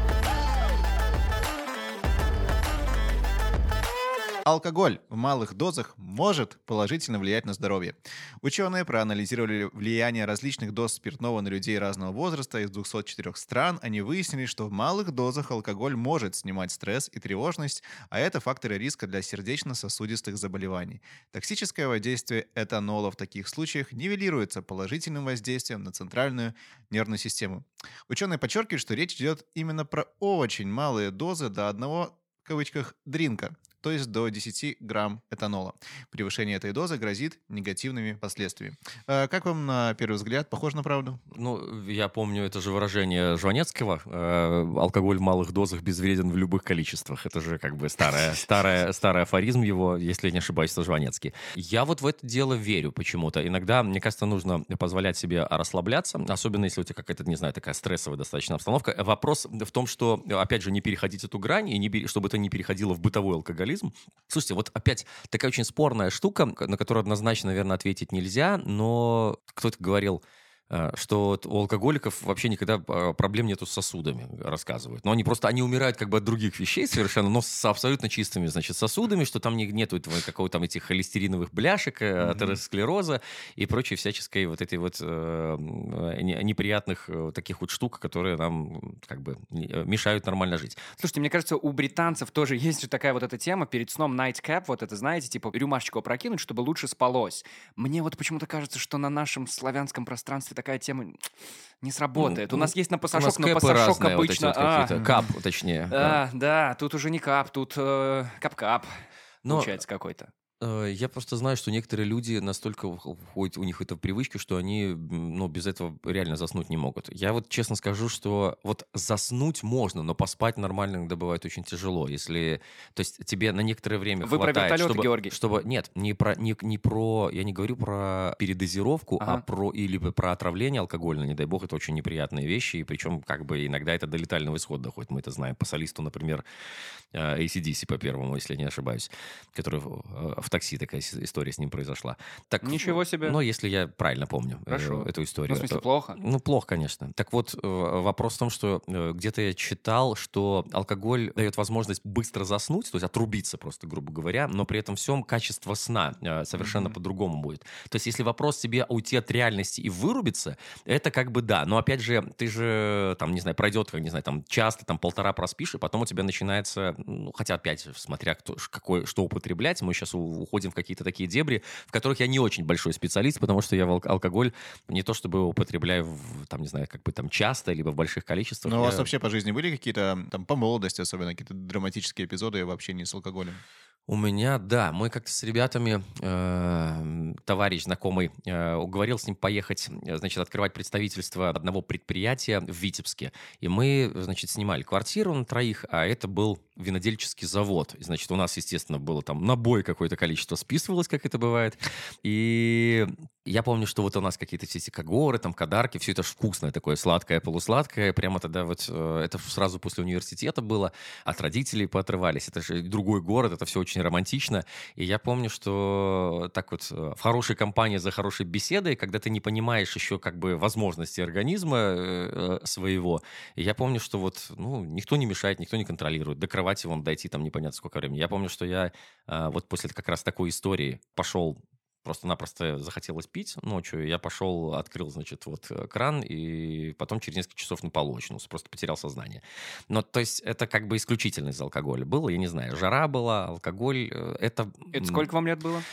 Алкоголь в малых дозах может положительно влиять на здоровье. Ученые проанализировали влияние различных доз спиртного на людей разного возраста из двухсот четырёх стран. Они выяснили, что в малых дозах алкоголь может снимать стресс и тревожность, а это факторы риска для сердечно-сосудистых заболеваний. Токсическое воздействие этанола в таких случаях нивелируется положительным воздействием на центральную нервную систему. Ученые подчеркивают, что речь идет именно про очень малые дозы до одного, в кавычках, дринка, то есть до десяти грамм этанола. Превышение этой дозы грозит негативными последствиями. А как вам, на первый взгляд, похоже на правду? Ну, я помню это же выражение Жванецкого. Э, алкоголь в малых дозах безвреден в любых количествах. Это же как бы старая, старая, старый афоризм его, если я не ошибаюсь, это Жванецкий. Я вот в это дело верю почему-то. Иногда, мне кажется, нужно позволять себе расслабляться, особенно если у тебя какая-то, не знаю, такая стрессовая достаточно обстановка. Вопрос в том, что, опять же, не переходить эту грань, и не, чтобы это не переходило в бытовой алкоголизм. Слушайте, вот опять такая очень спорная штука, на которую однозначно, наверное, ответить нельзя, но кто-то говорил, что у алкоголиков вообще никогда проблем нету с сосудами, рассказывают. Но они просто, они умирают как бы от других вещей совершенно, но с абсолютно чистыми, значит, сосудами, что там нету какого-то там этих холестериновых бляшек, mm-hmm. атеросклероза и прочей всяческой вот этой вот э, неприятных таких вот штук, которые нам как бы мешают нормально жить. Слушайте, мне кажется, у британцев тоже есть же такая вот эта тема перед сном nightcap, вот это, знаете, типа рюмашечку опрокинуть, чтобы лучше спалось. Мне вот почему-то кажется, что на нашем славянском пространстве такая тема не сработает. Ну, У нас есть на У пасашок, нас но кэпы пасашок разные, вот эти обычно... вот а, какие-то. Кап, точнее. да, да, тут уже не кап, тут э, кап-кап Но получается какой-то. э, я просто знаю, что некоторые люди настолько в- входит у них это в привычку, что они м, ну, без этого реально заснуть не могут. Я вот честно скажу, что вот заснуть можно, но поспать нормально иногда бывает очень тяжело. Если, то есть тебе на некоторое время Вы про хватает, вертолеты, чтобы, Георгий? чтобы... Нет, не про, не, не про... Я не говорю про передозировку, а Ага. про... Или про отравление алкогольное, не дай бог, это очень неприятные вещи, и причем как бы иногда это до летального исхода доходит. Мы это знаем по солисту, например, э, эй си ди си по первому, если я не ошибаюсь, который в, э, в такси такая с- история с ним произошла. Так, Ничего себе. Но если я правильно помню э, Хорошо. эту историю. Ну, в смысле, то- плохо? Ну, плохо, конечно. Так вот, э, вопрос в том, что э, где-то я читал, что алкоголь дает возможность быстро заснуть, то есть отрубиться просто, грубо говоря, но при этом всем качество сна э, совершенно Мгм. по-другому будет. То есть если вопрос тебе уйти от реальности и вырубиться, это как бы да. Но опять же, ты же, там, не знаю, пройдет, как, не знаю, там, часто, там, полтора проспишь, и потом у тебя начинается, ну, хотя опять, смотря кто, ш- какой, что употреблять, мы сейчас уходим в какие-то такие дебри, в которых я не очень большой специалист, потому что я в алк- алкоголь не то чтобы употребляю, в, там, не знаю, как бы там часто, либо в больших количествах. Но у вас Я- вообще по жизни были какие-то, там, по молодости особенно, какие-то драматические эпизоды в общении с алкоголем? У меня, да, мы как-то с ребятами, э, товарищ знакомый, э, уговорил с ним поехать, э, значит, открывать представительство одного предприятия в Витебске. И мы, значит, снимали квартиру на троих, а это был винодельческий завод. И, значит, у нас, естественно, было там набой какое-то количество списывалось, как это бывает. И я помню, что вот у нас какие-то все эти когоры, там, кадарки, все это ж вкусное такое, сладкое, полусладкое. Прямо тогда вот, э, это сразу после университета было, от родителей поотрывались. Это же другой город, это все очень романтично. И я помню, что так вот э, в хорошей компании за хорошей беседой, когда ты не понимаешь еще как бы возможности организма э, э, своего. И я помню, что вот, ну, никто не мешает, никто не контролирует. До кровати вам дойти там непонятно сколько времени. Я помню, что я э, вот после как раз такой истории пошел, просто-напросто захотелось пить ночью. Я пошел, открыл, значит, вот э, кран, и потом через несколько часов на полу очнулся. Просто потерял сознание. Но, то есть, это как бы исключительно из алкоголя было. Я не знаю, жара была, алкоголь. э, Это... Это м, сколько вам лет было?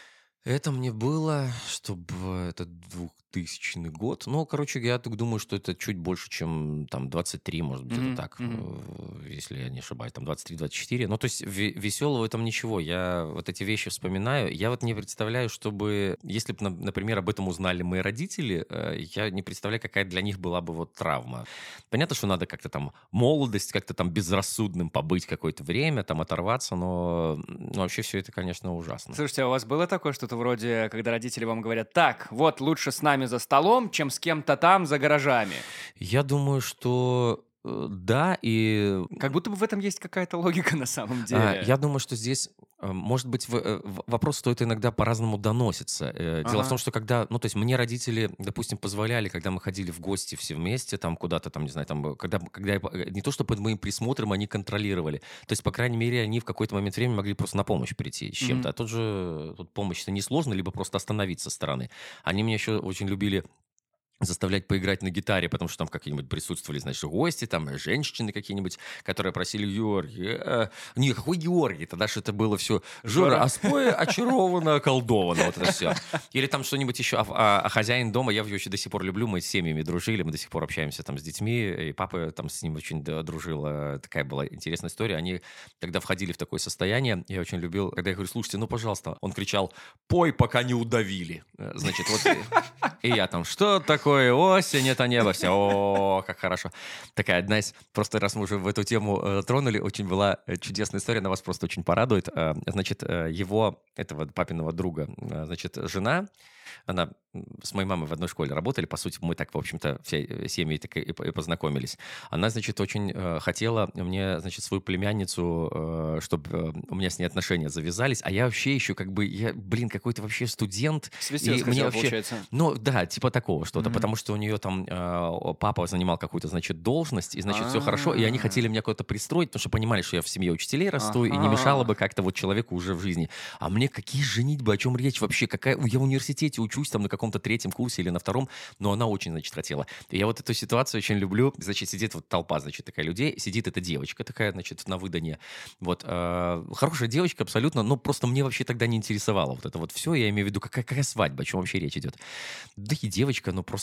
Это мне было, чтобы это двухтысячный год. Ну, короче, я так думаю, что это чуть больше, чем там двадцать три, может быть, Мгм, это так, мгм. э, если я не ошибаюсь, там двадцать три двадцать четыре. Ну, то есть ве- веселого в этом ничего. Я вот эти вещи вспоминаю. Я вот не представляю, чтобы, если бы, например, об этом узнали мои родители, э, я не представляю, какая для них была бы вот травма. Понятно, что надо как-то там молодость, как-то там безрассудным побыть какое-то время, там оторваться, но, но вообще все это, конечно, ужасно. Слушайте, а у вас было такое что-то вроде, когда родители вам говорят, так, вот лучше с нами за столом, чем с кем-то там за гаражами? Я думаю, что э, да, и Как будто бы в этом есть какая-то логика на самом а, деле. я думаю, что здесь, э, может быть, в- э, в- вопрос стоит иногда по-разному доносится. Э, Дело в Ага. том, что когда, ну, то есть мне родители, допустим, позволяли, когда мы ходили в гости все вместе, там куда-то, там, не знаю, там, э, когда, когда я по- э, не то, что под моим присмотром они контролировали, то есть, по крайней мере, они в какой-то момент времени могли просто на помощь прийти с чем-то. Мгм. А тут же тут помощь-то несложно, либо просто остановиться со стороны. Они меня еще очень любили заставлять поиграть на гитаре, потому что там какие-нибудь присутствовали, значит, гости, там, женщины какие-нибудь, которые просили Георгий. э, Не, какой Георгий? Тогда же это было все. Жора, Жора. а спой очарованно, околдовано, вот это все. Или там что-нибудь еще. А, а- а хозяин дома, я его еще до сих пор люблю, мы с семьями дружили, мы до сих пор общаемся там с детьми, и папа там с ним очень да, дружил. э, Такая была интересная история. Они, когда входили в такое состояние, я очень любил, когда я говорю, слушайте, ну, пожалуйста, он кричал, пой, пока не удавили. Э, Значит, вот... И я там, что такое осень, это небо, все, о, как хорошо. Такая одна из, просто раз мы уже в эту тему э, тронули, очень была э, чудесная история, она вас просто очень порадует. Э, значит, э, его, этого папиного друга, э, значит, жена, она м, с моей мамой в одной школе работали, по сути, мы так, в общем-то, всей семьей так и, и по- и познакомились. Она, значит, очень э, хотела мне, значит, свою племянницу, чтобы у меня с ней отношения завязались, а я вообще еще как бы, я, блин, какой-то вообще студент. Свистелец и мне хотел, вообще- получается. Ну, да, типа такого что-то, Мгм. потому что у нее там э, папа занимал какую-то, значит, должность, и, значит, все хорошо, и они А. хотели меня куда-то пристроить, потому что понимали, что я в семье учителей расту, и не Ага. мешало бы как-то вот человеку уже в жизни. А мне какие женитьбы, о чем речь вообще? Какая... Я в университете учусь там на каком-то третьем курсе или на втором, но она очень, значит, хотела. И я вот эту ситуацию очень люблю. Значит, сидит вот толпа, значит, такая людей, сидит эта девочка такая, значит, на выдане. Вот, э, хорошая девочка абсолютно, но просто мне вообще тогда не интересовало вот это вот все. Я имею в виду, какая, какая свадьба, о чем вообще речь идет. Да и девочка, ну просто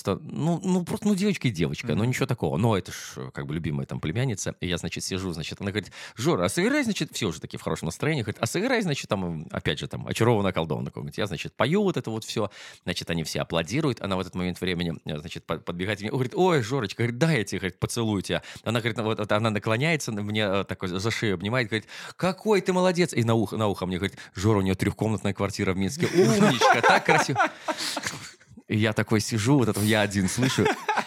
просто, ну, ну, просто, ну, девочка и девочка, mm-hmm. ну, ничего такого. Но это ж, как бы, любимая там племянница. И я, значит, сижу, значит, она говорит, Жора, а сыграй, значит, все уже такие в хорошем настроении, говорит, а сыграй, значит, там, опять же, там, очарованно околдовано какого-нибудь. Я, значит, пою вот это вот все, значит, они все аплодируют. Она в этот момент времени, значит, подбегает мне, говорит, ой, Жорочка, говорит, дай я тебе, говорит, поцелую тебя. Она, говорит, вот, вот она наклоняется, мне такой за шею обнимает, говорит, какой ты молодец. И на ухо, на ухо мне говорит, Жора, у нее трехкомнатная квартира в Минске. Умничка, так красиво. И я такой сижу, вот это я один слышу.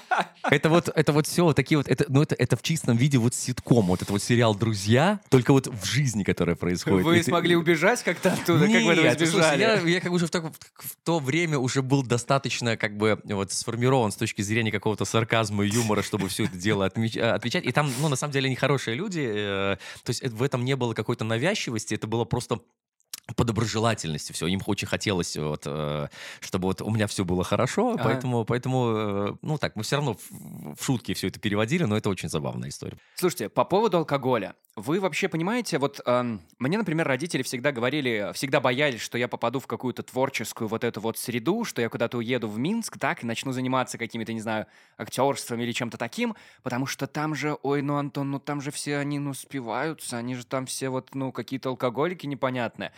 Это вот, это вот все вот такие вот, это, ну это, это в чистом виде вот ситком, вот это вот сериал «Друзья», только вот в жизни, которая происходит. Вы и смогли ты... убежать как-то оттуда? Нет, как вы этого избежали? Слушай, я, я как бы уже в, так, в то время уже был достаточно как бы вот сформирован с точки зрения какого-то сарказма и юмора, чтобы все это дело отмеч... отвечать. И там, ну, на самом деле, они хорошие люди, э, то есть в этом не было какой-то навязчивости, это было просто... по доброжелательности все. Им очень хотелось, вот, э, чтобы вот у меня все было хорошо, ага. поэтому, поэтому э, ну так, мы все равно в, в шутки все это переводили, но это очень забавная история. Слушайте, по поводу алкоголя. Вы вообще понимаете, вот э, мне, например, родители всегда говорили, всегда боялись, что я попаду в какую-то творческую вот эту вот среду, что я куда-то уеду в Минск, так, и начну заниматься какими-то, не знаю, актерством или чем-то таким, потому что там же, ой, ну, Антон, ну там же все они, ну, спиваются, они же там все вот, ну, какие-то алкоголики непонятные.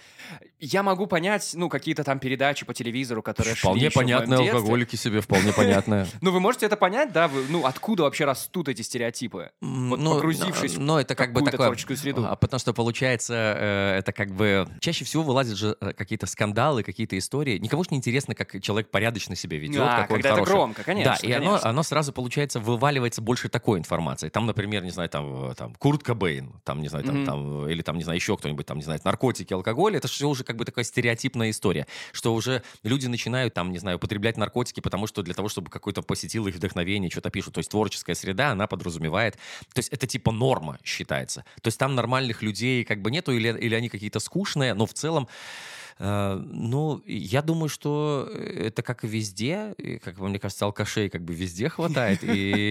Я могу понять, ну, какие-то там передачи по телевизору, которые вполне шли понятные алкоголики себе, вполне понятные. Ну, вы можете это понять, да? Ну, откуда вообще растут эти стереотипы? Вот погрузившись в какую-то творческую среду. Потому что, получается, это как бы... Чаще всего вылазят же какие-то скандалы, какие-то истории. Никому же не интересно, как человек порядочно себя ведет, а, какой он когда хороший. Это громко, конечно. Да, и оно, оно сразу, получается, вываливается больше такой информации. Там, например, не знаю, там, там Курт Кобейн, там, не знаю, там, mm-hmm. там, или там, не знаю, еще кто-нибудь, там, не знаю, наркотики, алкоголь. Это все уже как бы такая стереотипная история, что уже люди начинают, там, не знаю, употреблять наркотики, потому что для того, чтобы какой-то посетил их вдохновение, что-то пишут. То есть творческая среда, она подразумевает... То есть это типа норма считается. То есть там нормальных людей как бы нету, или, или они какие-то скучные, но в целом Uh, ну, я думаю, что это как и везде, и, как мне кажется, алкашей как бы везде хватает,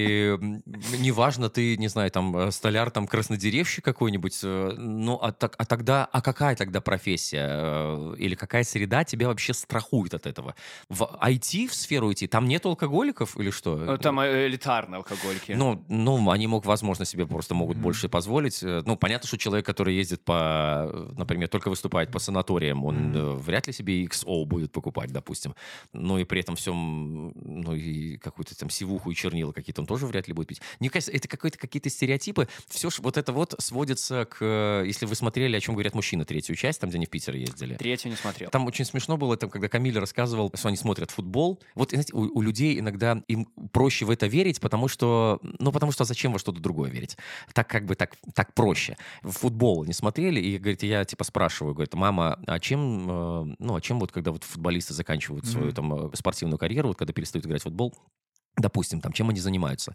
и неважно, ты, не знаю, там, столяр, там, краснодеревщик какой-нибудь, ну, а, так, а тогда, а какая тогда профессия или какая среда тебя вообще страхует от этого? В ай ти, в сферу идти, там нет алкоголиков или что? Там элитарные алкоголики. Ну, ну они, мог, возможно, себе просто могут mm-hmm. больше позволить. Ну, понятно, что человек, который ездит по, например, только выступает по санаториям, он mm-hmm. вряд ли себе икс о будет покупать, допустим. Но и при этом всем, ну и какую-то там сивуху и чернила какие-то он тоже вряд ли будет пить. Мне кажется, это какие-то, какие-то стереотипы. Все ж вот это вот сводится к... Если вы смотрели «О чем говорят мужчины», третью часть, там, где они в Питер ездили. Третью не смотрел. Там очень смешно было, там, когда Камиль рассказывал, что они смотрят футбол. Вот, знаете, у, у людей иногда им проще в это верить, потому что... Ну, потому что зачем во что-то другое верить? Так как бы так, так проще. В футбол не смотрели, и, говорит, я типа спрашиваю, говорит, мама, а чем... Ну, а чем вот, когда вот футболисты заканчивают mm-hmm. свою там спортивную карьеру, вот когда перестают играть в футбол, допустим, там, чем они занимаются?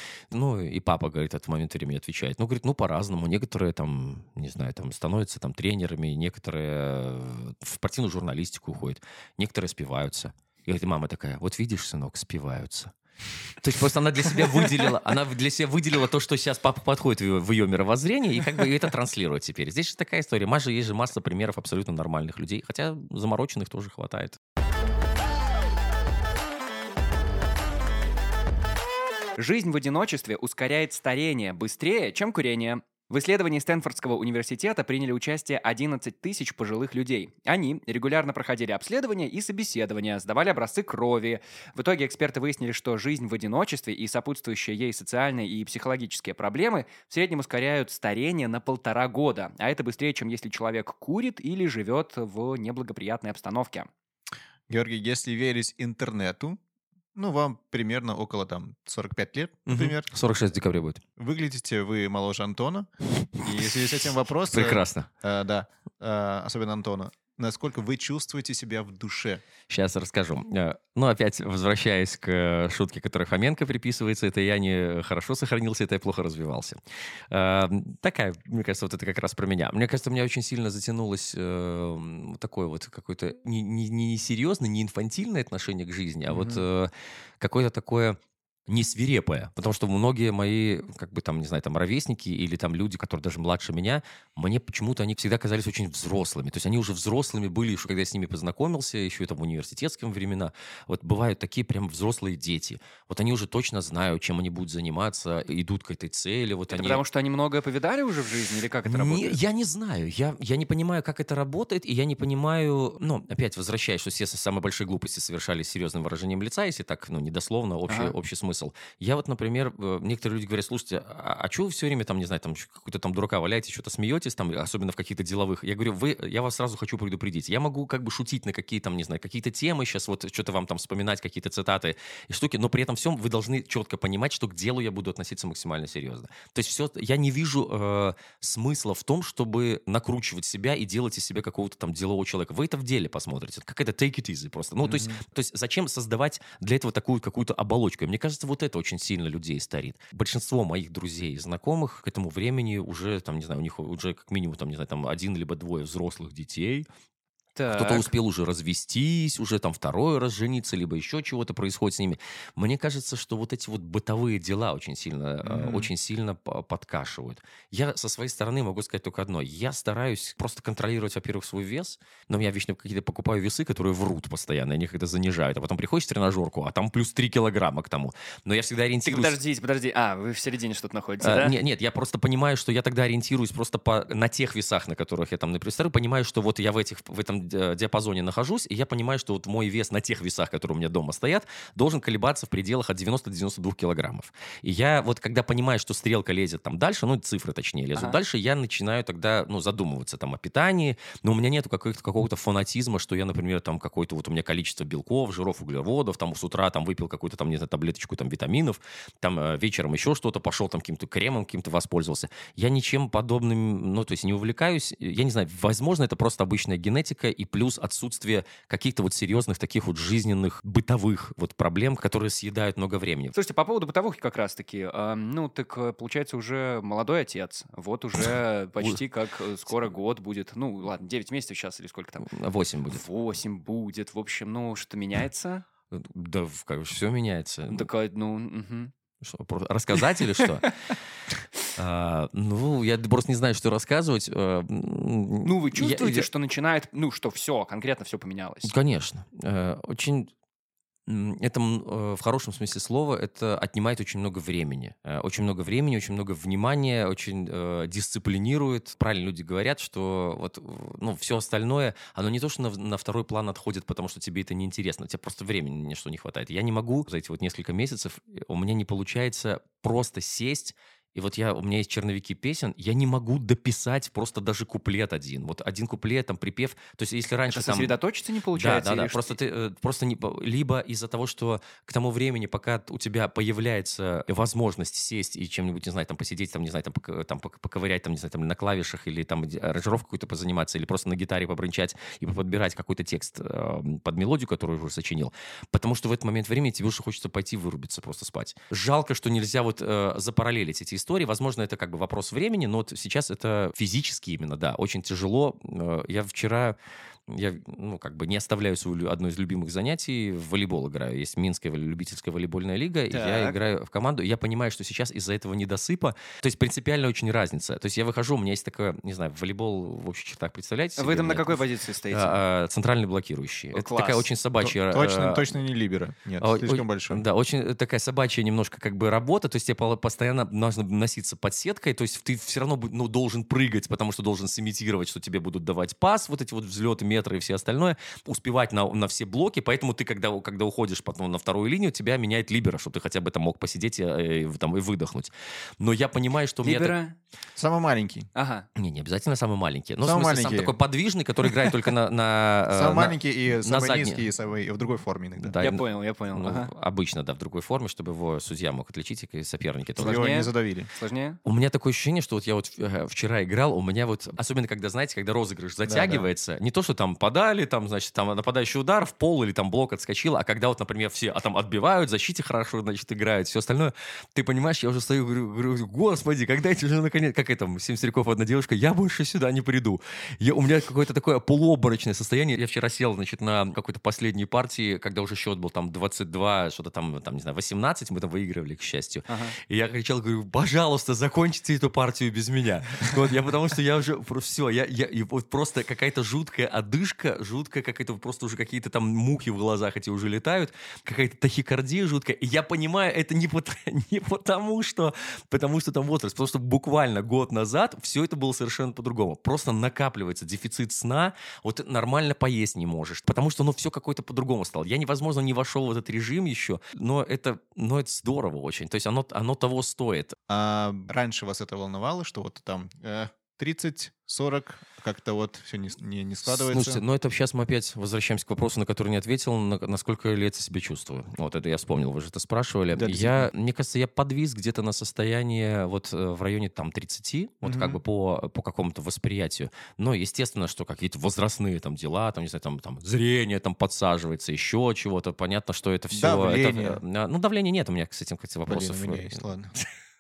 Ну, и папа, говорит, в этот момент времени отвечает. Ну, говорит, ну, по-разному. Некоторые там, не знаю, там, становятся там тренерами, некоторые в спортивную журналистику уходят, некоторые спиваются. И говорит, мама такая, вот видишь, сынок, спиваются. То есть просто она для себя выделила, она для себя выделила то, что сейчас папа подходит в ее, в ее мировоззрение, и как бы это транслирует теперь. Здесь же такая история. Маша, есть же масса примеров абсолютно нормальных людей, хотя замороченных тоже хватает. Жизнь в одиночестве ускоряет старение быстрее, чем курение. В исследовании Стэнфордского университета приняли участие одиннадцать тысяч пожилых людей. Они регулярно проходили обследования и собеседования, сдавали образцы крови. В итоге эксперты выяснили, что жизнь в одиночестве и сопутствующие ей социальные и психологические проблемы в среднем ускоряют старение на полтора года. А это быстрее, чем если человек курит или живет в неблагоприятной обстановке. Георгий, если верить интернету, ну, вам примерно около там сорок пять лет, например. сорок шесть в декабре будет. Выглядите вы моложе Антона. И в связи с этим вопрос... Прекрасно. Э, да, э, особенно Антона. Насколько вы чувствуете себя в душе? Сейчас расскажу. Ну, опять возвращаясь к шутке, которая Хоменко приписывается, это я не хорошо сохранился, это я плохо развивался. Такая, мне кажется, вот это как раз про меня. Мне кажется, у меня очень сильно затянулось такое вот какое-то не, не, не серьезное, не инфантильное отношение к жизни, а mm-hmm. вот какое-то такое... не свирепая. Потому что многие мои, как бы там, не знаю, там ровесники или там люди, которые даже младше меня, мне почему-то они всегда казались очень взрослыми. То есть они уже взрослыми были, еще когда я с ними познакомился, еще это в университетские времена. Вот бывают такие прям взрослые дети. Вот они уже точно знают, чем они будут заниматься, идут к этой цели. Вот это они... потому что они многое повидали уже в жизни, или как это не, работает? Я не знаю. Я, я не понимаю, как это работает, и я не понимаю... Ну, опять возвращаясь, что все самые большие глупости совершали с серьезным выражением лица, если так, ну, недословно, общий, ага. общий смысл. Я вот, например, некоторые люди говорят, слушайте, а, а что вы все время там, не знаю, там какой-то там дурака валяете, что-то смеетесь, там, особенно в каких-то деловых. Я говорю, вы, я вас сразу хочу предупредить. Я могу как бы шутить на какие там, не знаю, какие-то темы сейчас, вот что-то вам там вспоминать, какие-то цитаты и штуки, но при этом всем вы должны четко понимать, что к делу я буду относиться максимально серьезно. То есть все, я не вижу э, смысла в том, чтобы накручивать себя и делать из себя какого-то там делового человека. Вы это в деле посмотрите. Какая-то take it easy просто. Ну, mm-hmm. то есть, то есть зачем создавать для этого такую какую-то оболочку? И мне кажется, вот это очень сильно людей старит. Большинство моих друзей и знакомых к этому времени уже, там, не знаю, у них уже как минимум, там, не знаю, там один либо двое взрослых детей. Так. Кто-то успел уже развестись, уже там второй раз жениться, либо еще чего-то происходит с ними. Мне кажется, что вот эти вот бытовые дела очень сильно, mm-hmm. э, очень сильно подкашивают. Я со своей стороны могу сказать только одно. Я стараюсь просто контролировать, во-первых, свой вес, но я вечно какие-то покупаю весы, которые врут постоянно, они их занижают. А потом приходишь в тренажерку, а там плюс три килограмма к тому. Но я всегда ориентируюсь... Так подождите, подожди. А, вы в середине что-то находитесь, а, да? Нет, нет, я просто понимаю, что я тогда ориентируюсь просто по, на тех весах, на которых я там, например, понимаю, что вот я в, этих, в этом диапазоне нахожусь, и я понимаю, что вот мой вес на тех весах, которые у меня дома стоят, должен колебаться в пределах от девяноста до девяноста двух килограммов. И я вот когда понимаю, что стрелка лезет там дальше, ну, цифры точнее лезут ага. дальше, я начинаю тогда, ну, задумываться там о питании, но у меня нету какого-то, какого-то фанатизма, что я, например, там какое-то вот у меня количество белков, жиров, углеводов, там с утра там выпил какую-то там, не знаю, таблеточку там витаминов, там э, вечером еще что-то, пошел там каким-то кремом, каким-то воспользовался. Я ничем подобным, ну, то есть не увлекаюсь, я не знаю, возможно, это просто обычная генетика и плюс отсутствие каких-то вот серьезных таких вот жизненных, бытовых вот проблем, которые съедают много времени. Слушайте, по поводу бытовухи как раз-таки, э, ну, так получается уже молодой отец, вот уже почти как скоро год будет, ну, ладно, девять месяцев сейчас или сколько там? восемь будет. восемь будет, в общем, ну, что меняется? Да, как все меняется. Так, ну, угу. Что, рассказать или что? А, ну, я просто не знаю, что рассказывать. А, ну, вы чувствуете, я, что начинает, ну, что все, конкретно все поменялось? Конечно. А, очень... Это в хорошем смысле слова, это отнимает очень много времени. Очень много времени, очень много внимания, очень э, дисциплинирует. Правильно люди говорят, что вот, ну, все остальное, оно не то, что на, на второй план отходит, потому что тебе это неинтересно, тебе просто времени ни что не хватает. Я не могу за эти вот несколько месяцев, у меня не получается просто сесть. И вот я, у меня есть черновики песен, я не могу дописать просто даже куплет один. Вот один куплет, там, припев. То есть если раньше... Это там... сосредоточиться не получается? Да, да, да. Что... Просто ты, просто не... Либо из-за того, что к тому времени, пока у тебя появляется возможность сесть и чем-нибудь, не знаю, там, посидеть, там, не знаю, там, пок... там поковырять, там, не знаю, там, на клавишах или там аранжировку какую-то позаниматься, или просто на гитаре побрынчать и подбирать какой-то текст э, под мелодию, которую уже сочинил. Потому что в этот момент времени тебе уже хочется пойти вырубиться, просто спать. Жалко, что нельзя вот э, запараллелить эти истории. Возможно, это как бы вопрос времени, но вот сейчас это физически именно, да, очень тяжело. Я вчера, я, ну, как бы не оставляю свою одно из любимых занятий, в волейбол играю. Есть Минская любительская волейбольная лига, и я играю в команду. Я понимаю, что сейчас из-за этого недосыпа, то есть принципиально очень разница. То есть я выхожу, у меня есть такое, не знаю, волейбол в общих чертах, представляете себе? Вы там на какой позиции стоите? А, а, центральный блокирующий. Класс. Это такая очень собачья... Точно, а, точно не либеро. Нет, о, слишком о, большой. Да, очень такая собачья немножко как бы работа, то есть тебе постоянно нужно носиться под сеткой, то есть ты все равно, ну, должен прыгать, потому что должен сымитировать, что тебе будут давать пас, вот эти вот взлеты, метры и все остальное, успевать на, на все блоки, поэтому ты, когда, когда уходишь потом на вторую линию, тебя меняет либеро, чтобы ты хотя бы там мог посидеть и, и, там, и выдохнуть. Но я понимаю, что либеро? Мне это... Самый маленький. Ага. Не, не обязательно самый маленький. Но самый в смысле, маленький. сам такой подвижный, который играет только на... на самый на, маленький и самый задней. низкий, и самый, в другой форме иногда. Да, я понял, я понял. Ну, ага. Обычно, да, в другой форме, чтобы его судья мог отличить, и соперники тоже. Его не задавили. Сложнее? У меня такое ощущение, что вот я вот вчера играл, у меня вот, особенно когда, знаете, когда розыгрыш затягивается, да, да. не то, что там там подали, там, значит, там нападающий удар в пол или там блок отскочил, а когда вот, например, все а там отбивают, в защите хорошо, значит, играют, все остальное, ты понимаешь, я уже стою, говорю, говорю господи, когда эти уже наконец, как это, семь стариков, одна девушка, я больше сюда не приду. Я, у меня какое-то такое полуобморочное состояние. Я вчера сел, значит, на какой-то последней партии, когда уже счет был там двадцать два, что-то там, там, не знаю, восемнадцать, мы там выигрывали, к счастью. Ага. И я кричал, говорю, пожалуйста, закончите эту партию без меня. Вот, я потому что я уже, все, я, я и вот просто какая-то жуткая одышка, жуткая какая-то, просто уже какие-то там мухи в глазах эти уже летают, какая-то тахикардия жуткая. И я понимаю, это не, по, не потому, что, потому что там возраст, потому что буквально год назад все это было совершенно по-другому. Просто накапливается дефицит сна, вот ты нормально поесть не можешь, потому что, ну, все какое-то по-другому стало. Я, невозможно, не вошел в этот режим еще, но это, но это здорово очень. То есть оно, оно того стоит. А раньше вас это волновало, что вот там э, тридцать сорок как-то вот все не, не, не складывается? Слушайте, ну это сейчас мы опять возвращаемся к вопросу, на который не ответил, на, насколько лет я себя чувствую. Вот это я вспомнил, вы же это спрашивали. Да, я, мне кажется, я подвис где-то на состояние вот в районе там тридцати, вот mm-hmm. как бы по, по какому-то восприятию. Но естественно, что какие-то возрастные там дела, там, не знаю, там, там зрение там подсаживается, еще чего-то. Понятно, что это все... Давление. Это, ну, давления нет у меня, с этим, кстати, вопросов. Блин, у меня есть, ладно.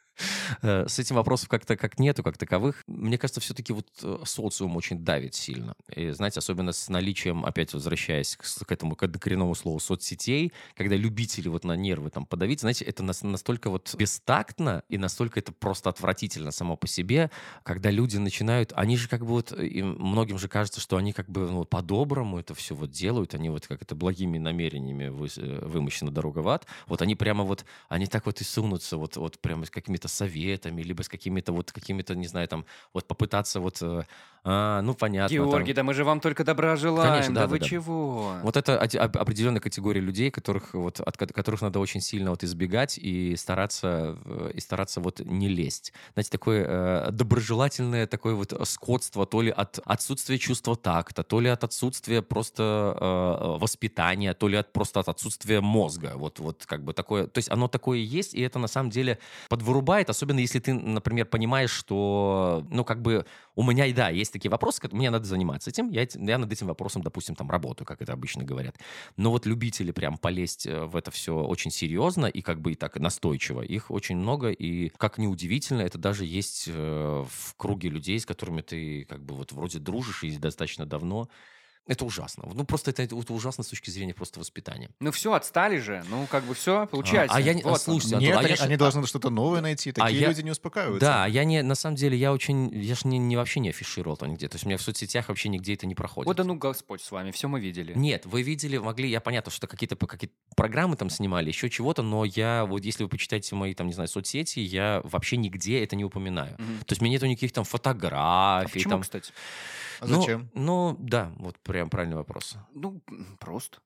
С этим вопросов как-то как нету, как таковых. Мне кажется, все-таки вот социум очень давит сильно. И, знаете, особенно с наличием, опять возвращаясь к, к этому к коренному слову, соцсетей, когда любители вот на нервы там подавить, знаете, это настолько вот бестактно и настолько это просто отвратительно само по себе, когда люди начинают, они же как бы вот, им, многим же кажется, что они как бы ну, по-доброму это все вот делают, они вот как это благими намерениями вы, вымощена дорога в ад, вот они прямо вот, они так вот и сунутся вот, вот прямо с какими-то советами, либо с какими-то вот какими-то, не знаю, там, вот попытаться вот, а, ну, понятно. Георгий, там... да мы же вам только добра желаем, Конечно, да, да, да вы да. чего? Вот это определенная категория людей, которых, вот, от которых надо очень сильно вот избегать и стараться, и стараться вот не лезть. Знаете, такое э, доброжелательное такое вот скотство, то ли от отсутствия чувства такта, то ли от отсутствия просто э, воспитания, то ли от, просто от отсутствия мозга. Вот, вот как бы такое, то есть оно такое есть, и это на самом деле подвырубает, особенно если ты, например, понимаешь, что, ну, как бы у меня, да, есть такие вопросы, мне надо заниматься этим, я, я над этим вопросом, допустим, там работаю, как это обычно говорят. Но вот любители прям полезть в это все очень серьезно и как бы и так настойчиво, их очень много, и, как ни удивительно, это даже есть э, в круге людей, с которыми ты как бы вот вроде дружишь и достаточно давно. Это ужасно. Ну, просто это, это ужасно с точки зрения просто воспитания. Ну, все, отстали же. Ну, как бы все, получается. А, а я не... Вот а, слушайте, Нет, Антон, а они, я ж... они должны что-то новое найти. Такие а я... люди не успокаиваются. Да, я не... На самом деле, я очень... Я же не, не, вообще не афишировал там нигде. То есть у меня в соцсетях вообще нигде это не проходит. Вот да ну Господь с вами, все мы видели. Нет, вы видели, могли... Я понятно, что какие-то, какие-то программы там снимали, еще чего-то, но я... Вот если вы почитаете мои, там, не знаю, соцсети, я вообще нигде это не упоминаю. Угу. То есть у меня нету никаких там фотографий. А почему, там... кстати? А зачем? Ну, ну, да, вот прям правильный вопрос. Ну, просто.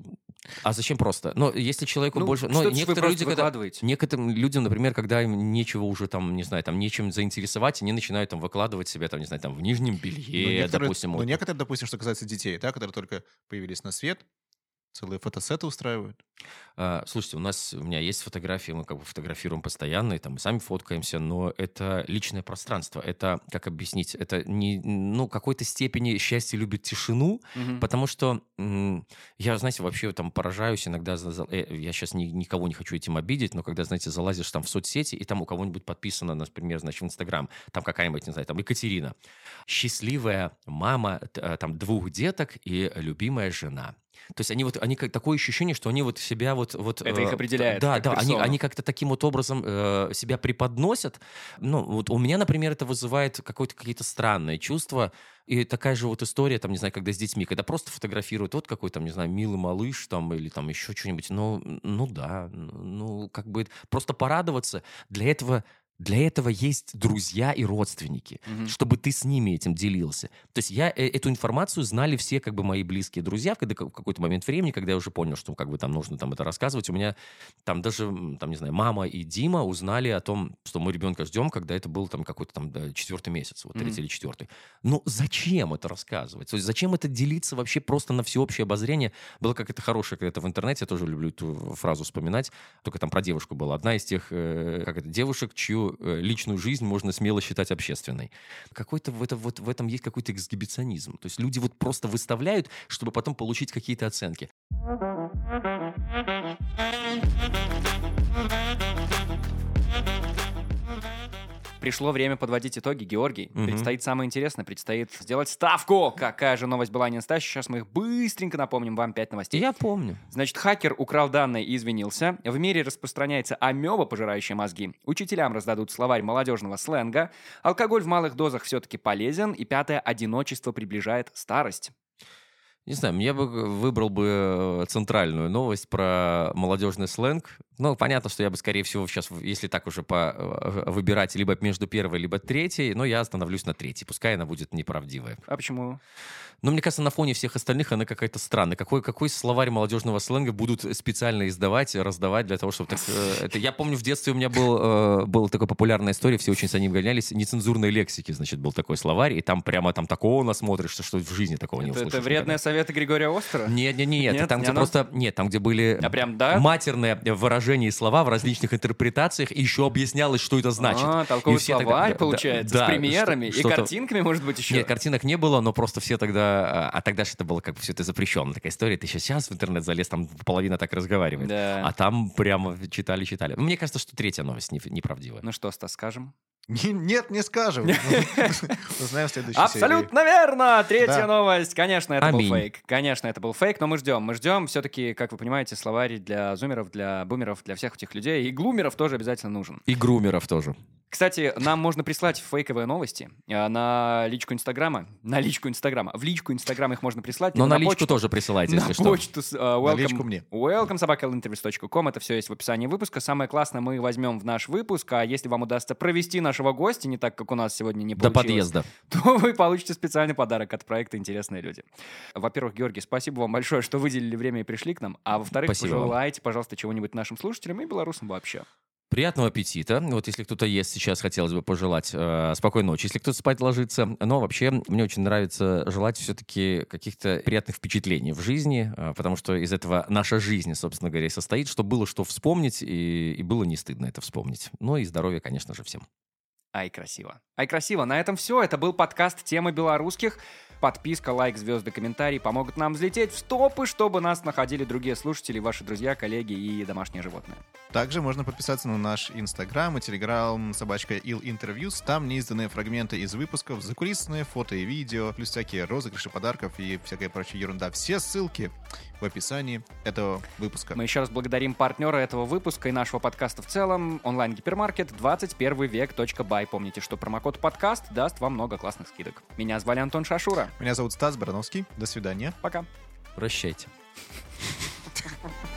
А зачем просто? Но если человеку ну, больше... Но некоторые люди, когда... выкладываете. Некоторым людям, например, когда им нечего уже там, не знаю, там нечем заинтересовать, они начинают там выкладывать себя, там, не знаю, там в нижнем белье, ну, допустим. Ну, вот. некоторые, допустим, что касается детей, да, которые только появились на свет, целые фотосеты устраивают. А, слушайте, у нас, у меня есть фотографии, мы как бы фотографируем постоянно, и там мы сами фоткаемся, но это личное пространство. Это, как объяснить, это не, ну, в какой-то степени счастье любит тишину, угу. потому что м- я, знаете, вообще там поражаюсь иногда, за, за, э, я сейчас ни, никого не хочу этим обидеть, но когда, знаете, залазишь там в соцсети, и там у кого-нибудь подписано, например, значит, в Инстаграм, там какая-нибудь, не знаю, там Екатерина, счастливая мама там двух деток и любимая жена. То есть они вот, они как такое ощущение, что они вот себя вот... вот это э, их определяет. Да, как да, они, персону. они как-то таким вот образом э, себя преподносят. Ну, вот у меня, например, это вызывает какое-то, какие-то странные чувства. И такая же вот история, там, не знаю, когда с детьми, когда просто фотографируют вот какой там, не знаю, милый малыш там или там еще что-нибудь. Ну, ну да, ну как бы просто порадоваться. Для этого... Для этого есть друзья и родственники, mm-hmm. чтобы ты с ними этим делился. То есть я э, эту информацию знали все как бы мои близкие друзья в какой-то момент времени, когда я уже понял, что как бы там нужно там это рассказывать. У меня там даже, там, не знаю, мама и Дима узнали о том, что мы ребенка ждем, когда это был там какой-то там да, четвертый месяц, вот третий mm-hmm. или четвертый. Но зачем это рассказывать? То есть зачем это делиться вообще просто на всеобщее обозрение? Было как-то хорошее когда-то в интернете, я тоже люблю эту фразу вспоминать, только там про девушку было. Одна из тех, э, как это, девушек, чью свою э, личную жизнь можно смело считать общественной. Какой-то в, это, вот, в этом есть какой-то эксгибиционизм. То есть люди вот просто выставляют, чтобы потом получить какие-то оценки. Пришло время подводить итоги, Георгий. Мгм. Предстоит самое интересное. Предстоит сделать ставку. Какая же новость была не настоящая? Сейчас мы их быстренько напомним вам. Пять новостей. Я помню. Значит, хакер украл данные и извинился. В мире распространяется амеба, пожирающая мозги. Учителям раздадут словарь молодежного сленга. Алкоголь в малых дозах все-таки полезен. И пятое, одиночество приближает старость. Не знаю, я бы выбрал бы центральную новость про молодежный сленг. Ну, понятно, что я бы, скорее всего, сейчас, если так уже по выбирать либо между первой, либо третьей, но я остановлюсь на третьей. Пускай она будет неправдивая. А почему? Но мне кажется, на фоне всех остальных она какая-то странная. Какой, какой словарь молодежного сленга будут специально издавать, раздавать для того, чтобы... Так, э, это, я помню, в детстве у меня был, э, была такая популярная история, все очень за ним гонялись. Нецензурной лексики, значит, был такой словарь, и там прямо там такого насмотришь, что, что в жизни такого не Это, услышишь. это вредные никогда. советы Григория Остера? Нет, нет, нет, Нет, там, не где оно? просто... Нет, там, где были А прям, да? матерные выражения и слова в различных интерпретациях, и еще объяснялось, что это значит. А, толковый И все тогда- словарь, да, получается, да, с примерами что- и что-то- картинками, может быть, еще? Нет, картинок не было, но просто все тогда... А тогда же это было как бы все это запрещено. Такая история. Ты сейчас, сейчас в интернет залез, там половина так разговаривает. Да. А там прямо читали-читали. Мне кажется, что третья новость не- неправдивая. Ну что, Стас, скажем? Не- Нет, не скажем. Узнаем в следующей серии. Абсолютно верно! Третья Да. новость. Конечно, это Аминь. был фейк. Конечно, это был фейк, но мы ждем. Мы ждем. Все-таки, как вы понимаете, словарь для зумеров, для бумеров, для всех этих людей. И глумеров тоже обязательно нужен. И грумеров тоже. Кстати, нам можно прислать фейковые новости э, на личку Инстаграма. На личку Инстаграма. В личку Инстаграма их можно прислать. Но либо на личку почту. тоже присылайте, На если что. почту с, э, welcome, личку мне. welcome собака эл интервьюс точка ком. Это все есть в описании выпуска. Самое классное мы возьмем в наш выпуск. А если вам удастся провести нашего гостя, не так, как у нас сегодня не До получилось, подъезда. то вы получите специальный подарок от проекта «Интересные люди». Во-первых, Георгий, спасибо вам большое, что выделили время и пришли к нам. А во-вторых, Спасибо вам. пожелайте, пожалуйста, чего-нибудь нашим слушателям и белорусам вообще. Приятного аппетита. Вот если кто-то ест сейчас, хотелось бы пожелать э, спокойной ночи, если кто-то спать ложится. Но вообще мне очень нравится желать все-таки каких-то приятных впечатлений в жизни, э, потому что из этого наша жизнь, собственно говоря, и состоит, чтобы было что вспомнить, и, и было не стыдно это вспомнить. Ну и здоровья, конечно же, всем. Ай, красиво. Ай, красиво. На этом все. Это был подкаст «Темы белорусских». Подписка, лайк, звезды, комментарий помогут нам взлететь в стопы, чтобы нас находили другие слушатели, ваши друзья, коллеги и домашние животные. Также можно подписаться на наш инстаграм и телеграм собачка ил интервьюс. Там неизданные фрагменты из выпусков, закулисные фото и видео, плюс всякие розыгрыши подарков и всякая прочая ерунда. Все ссылки в описании этого выпуска. Мы еще раз благодарим партнера этого выпуска и нашего подкаста в целом, онлайн-гипермаркет двадцать первый век точка бай. Помните, что промокод подкаст даст вам много классных скидок. Меня звали Антон Шашура. Меня зовут Стас Барановский. До свидания. Пока. Прощайте.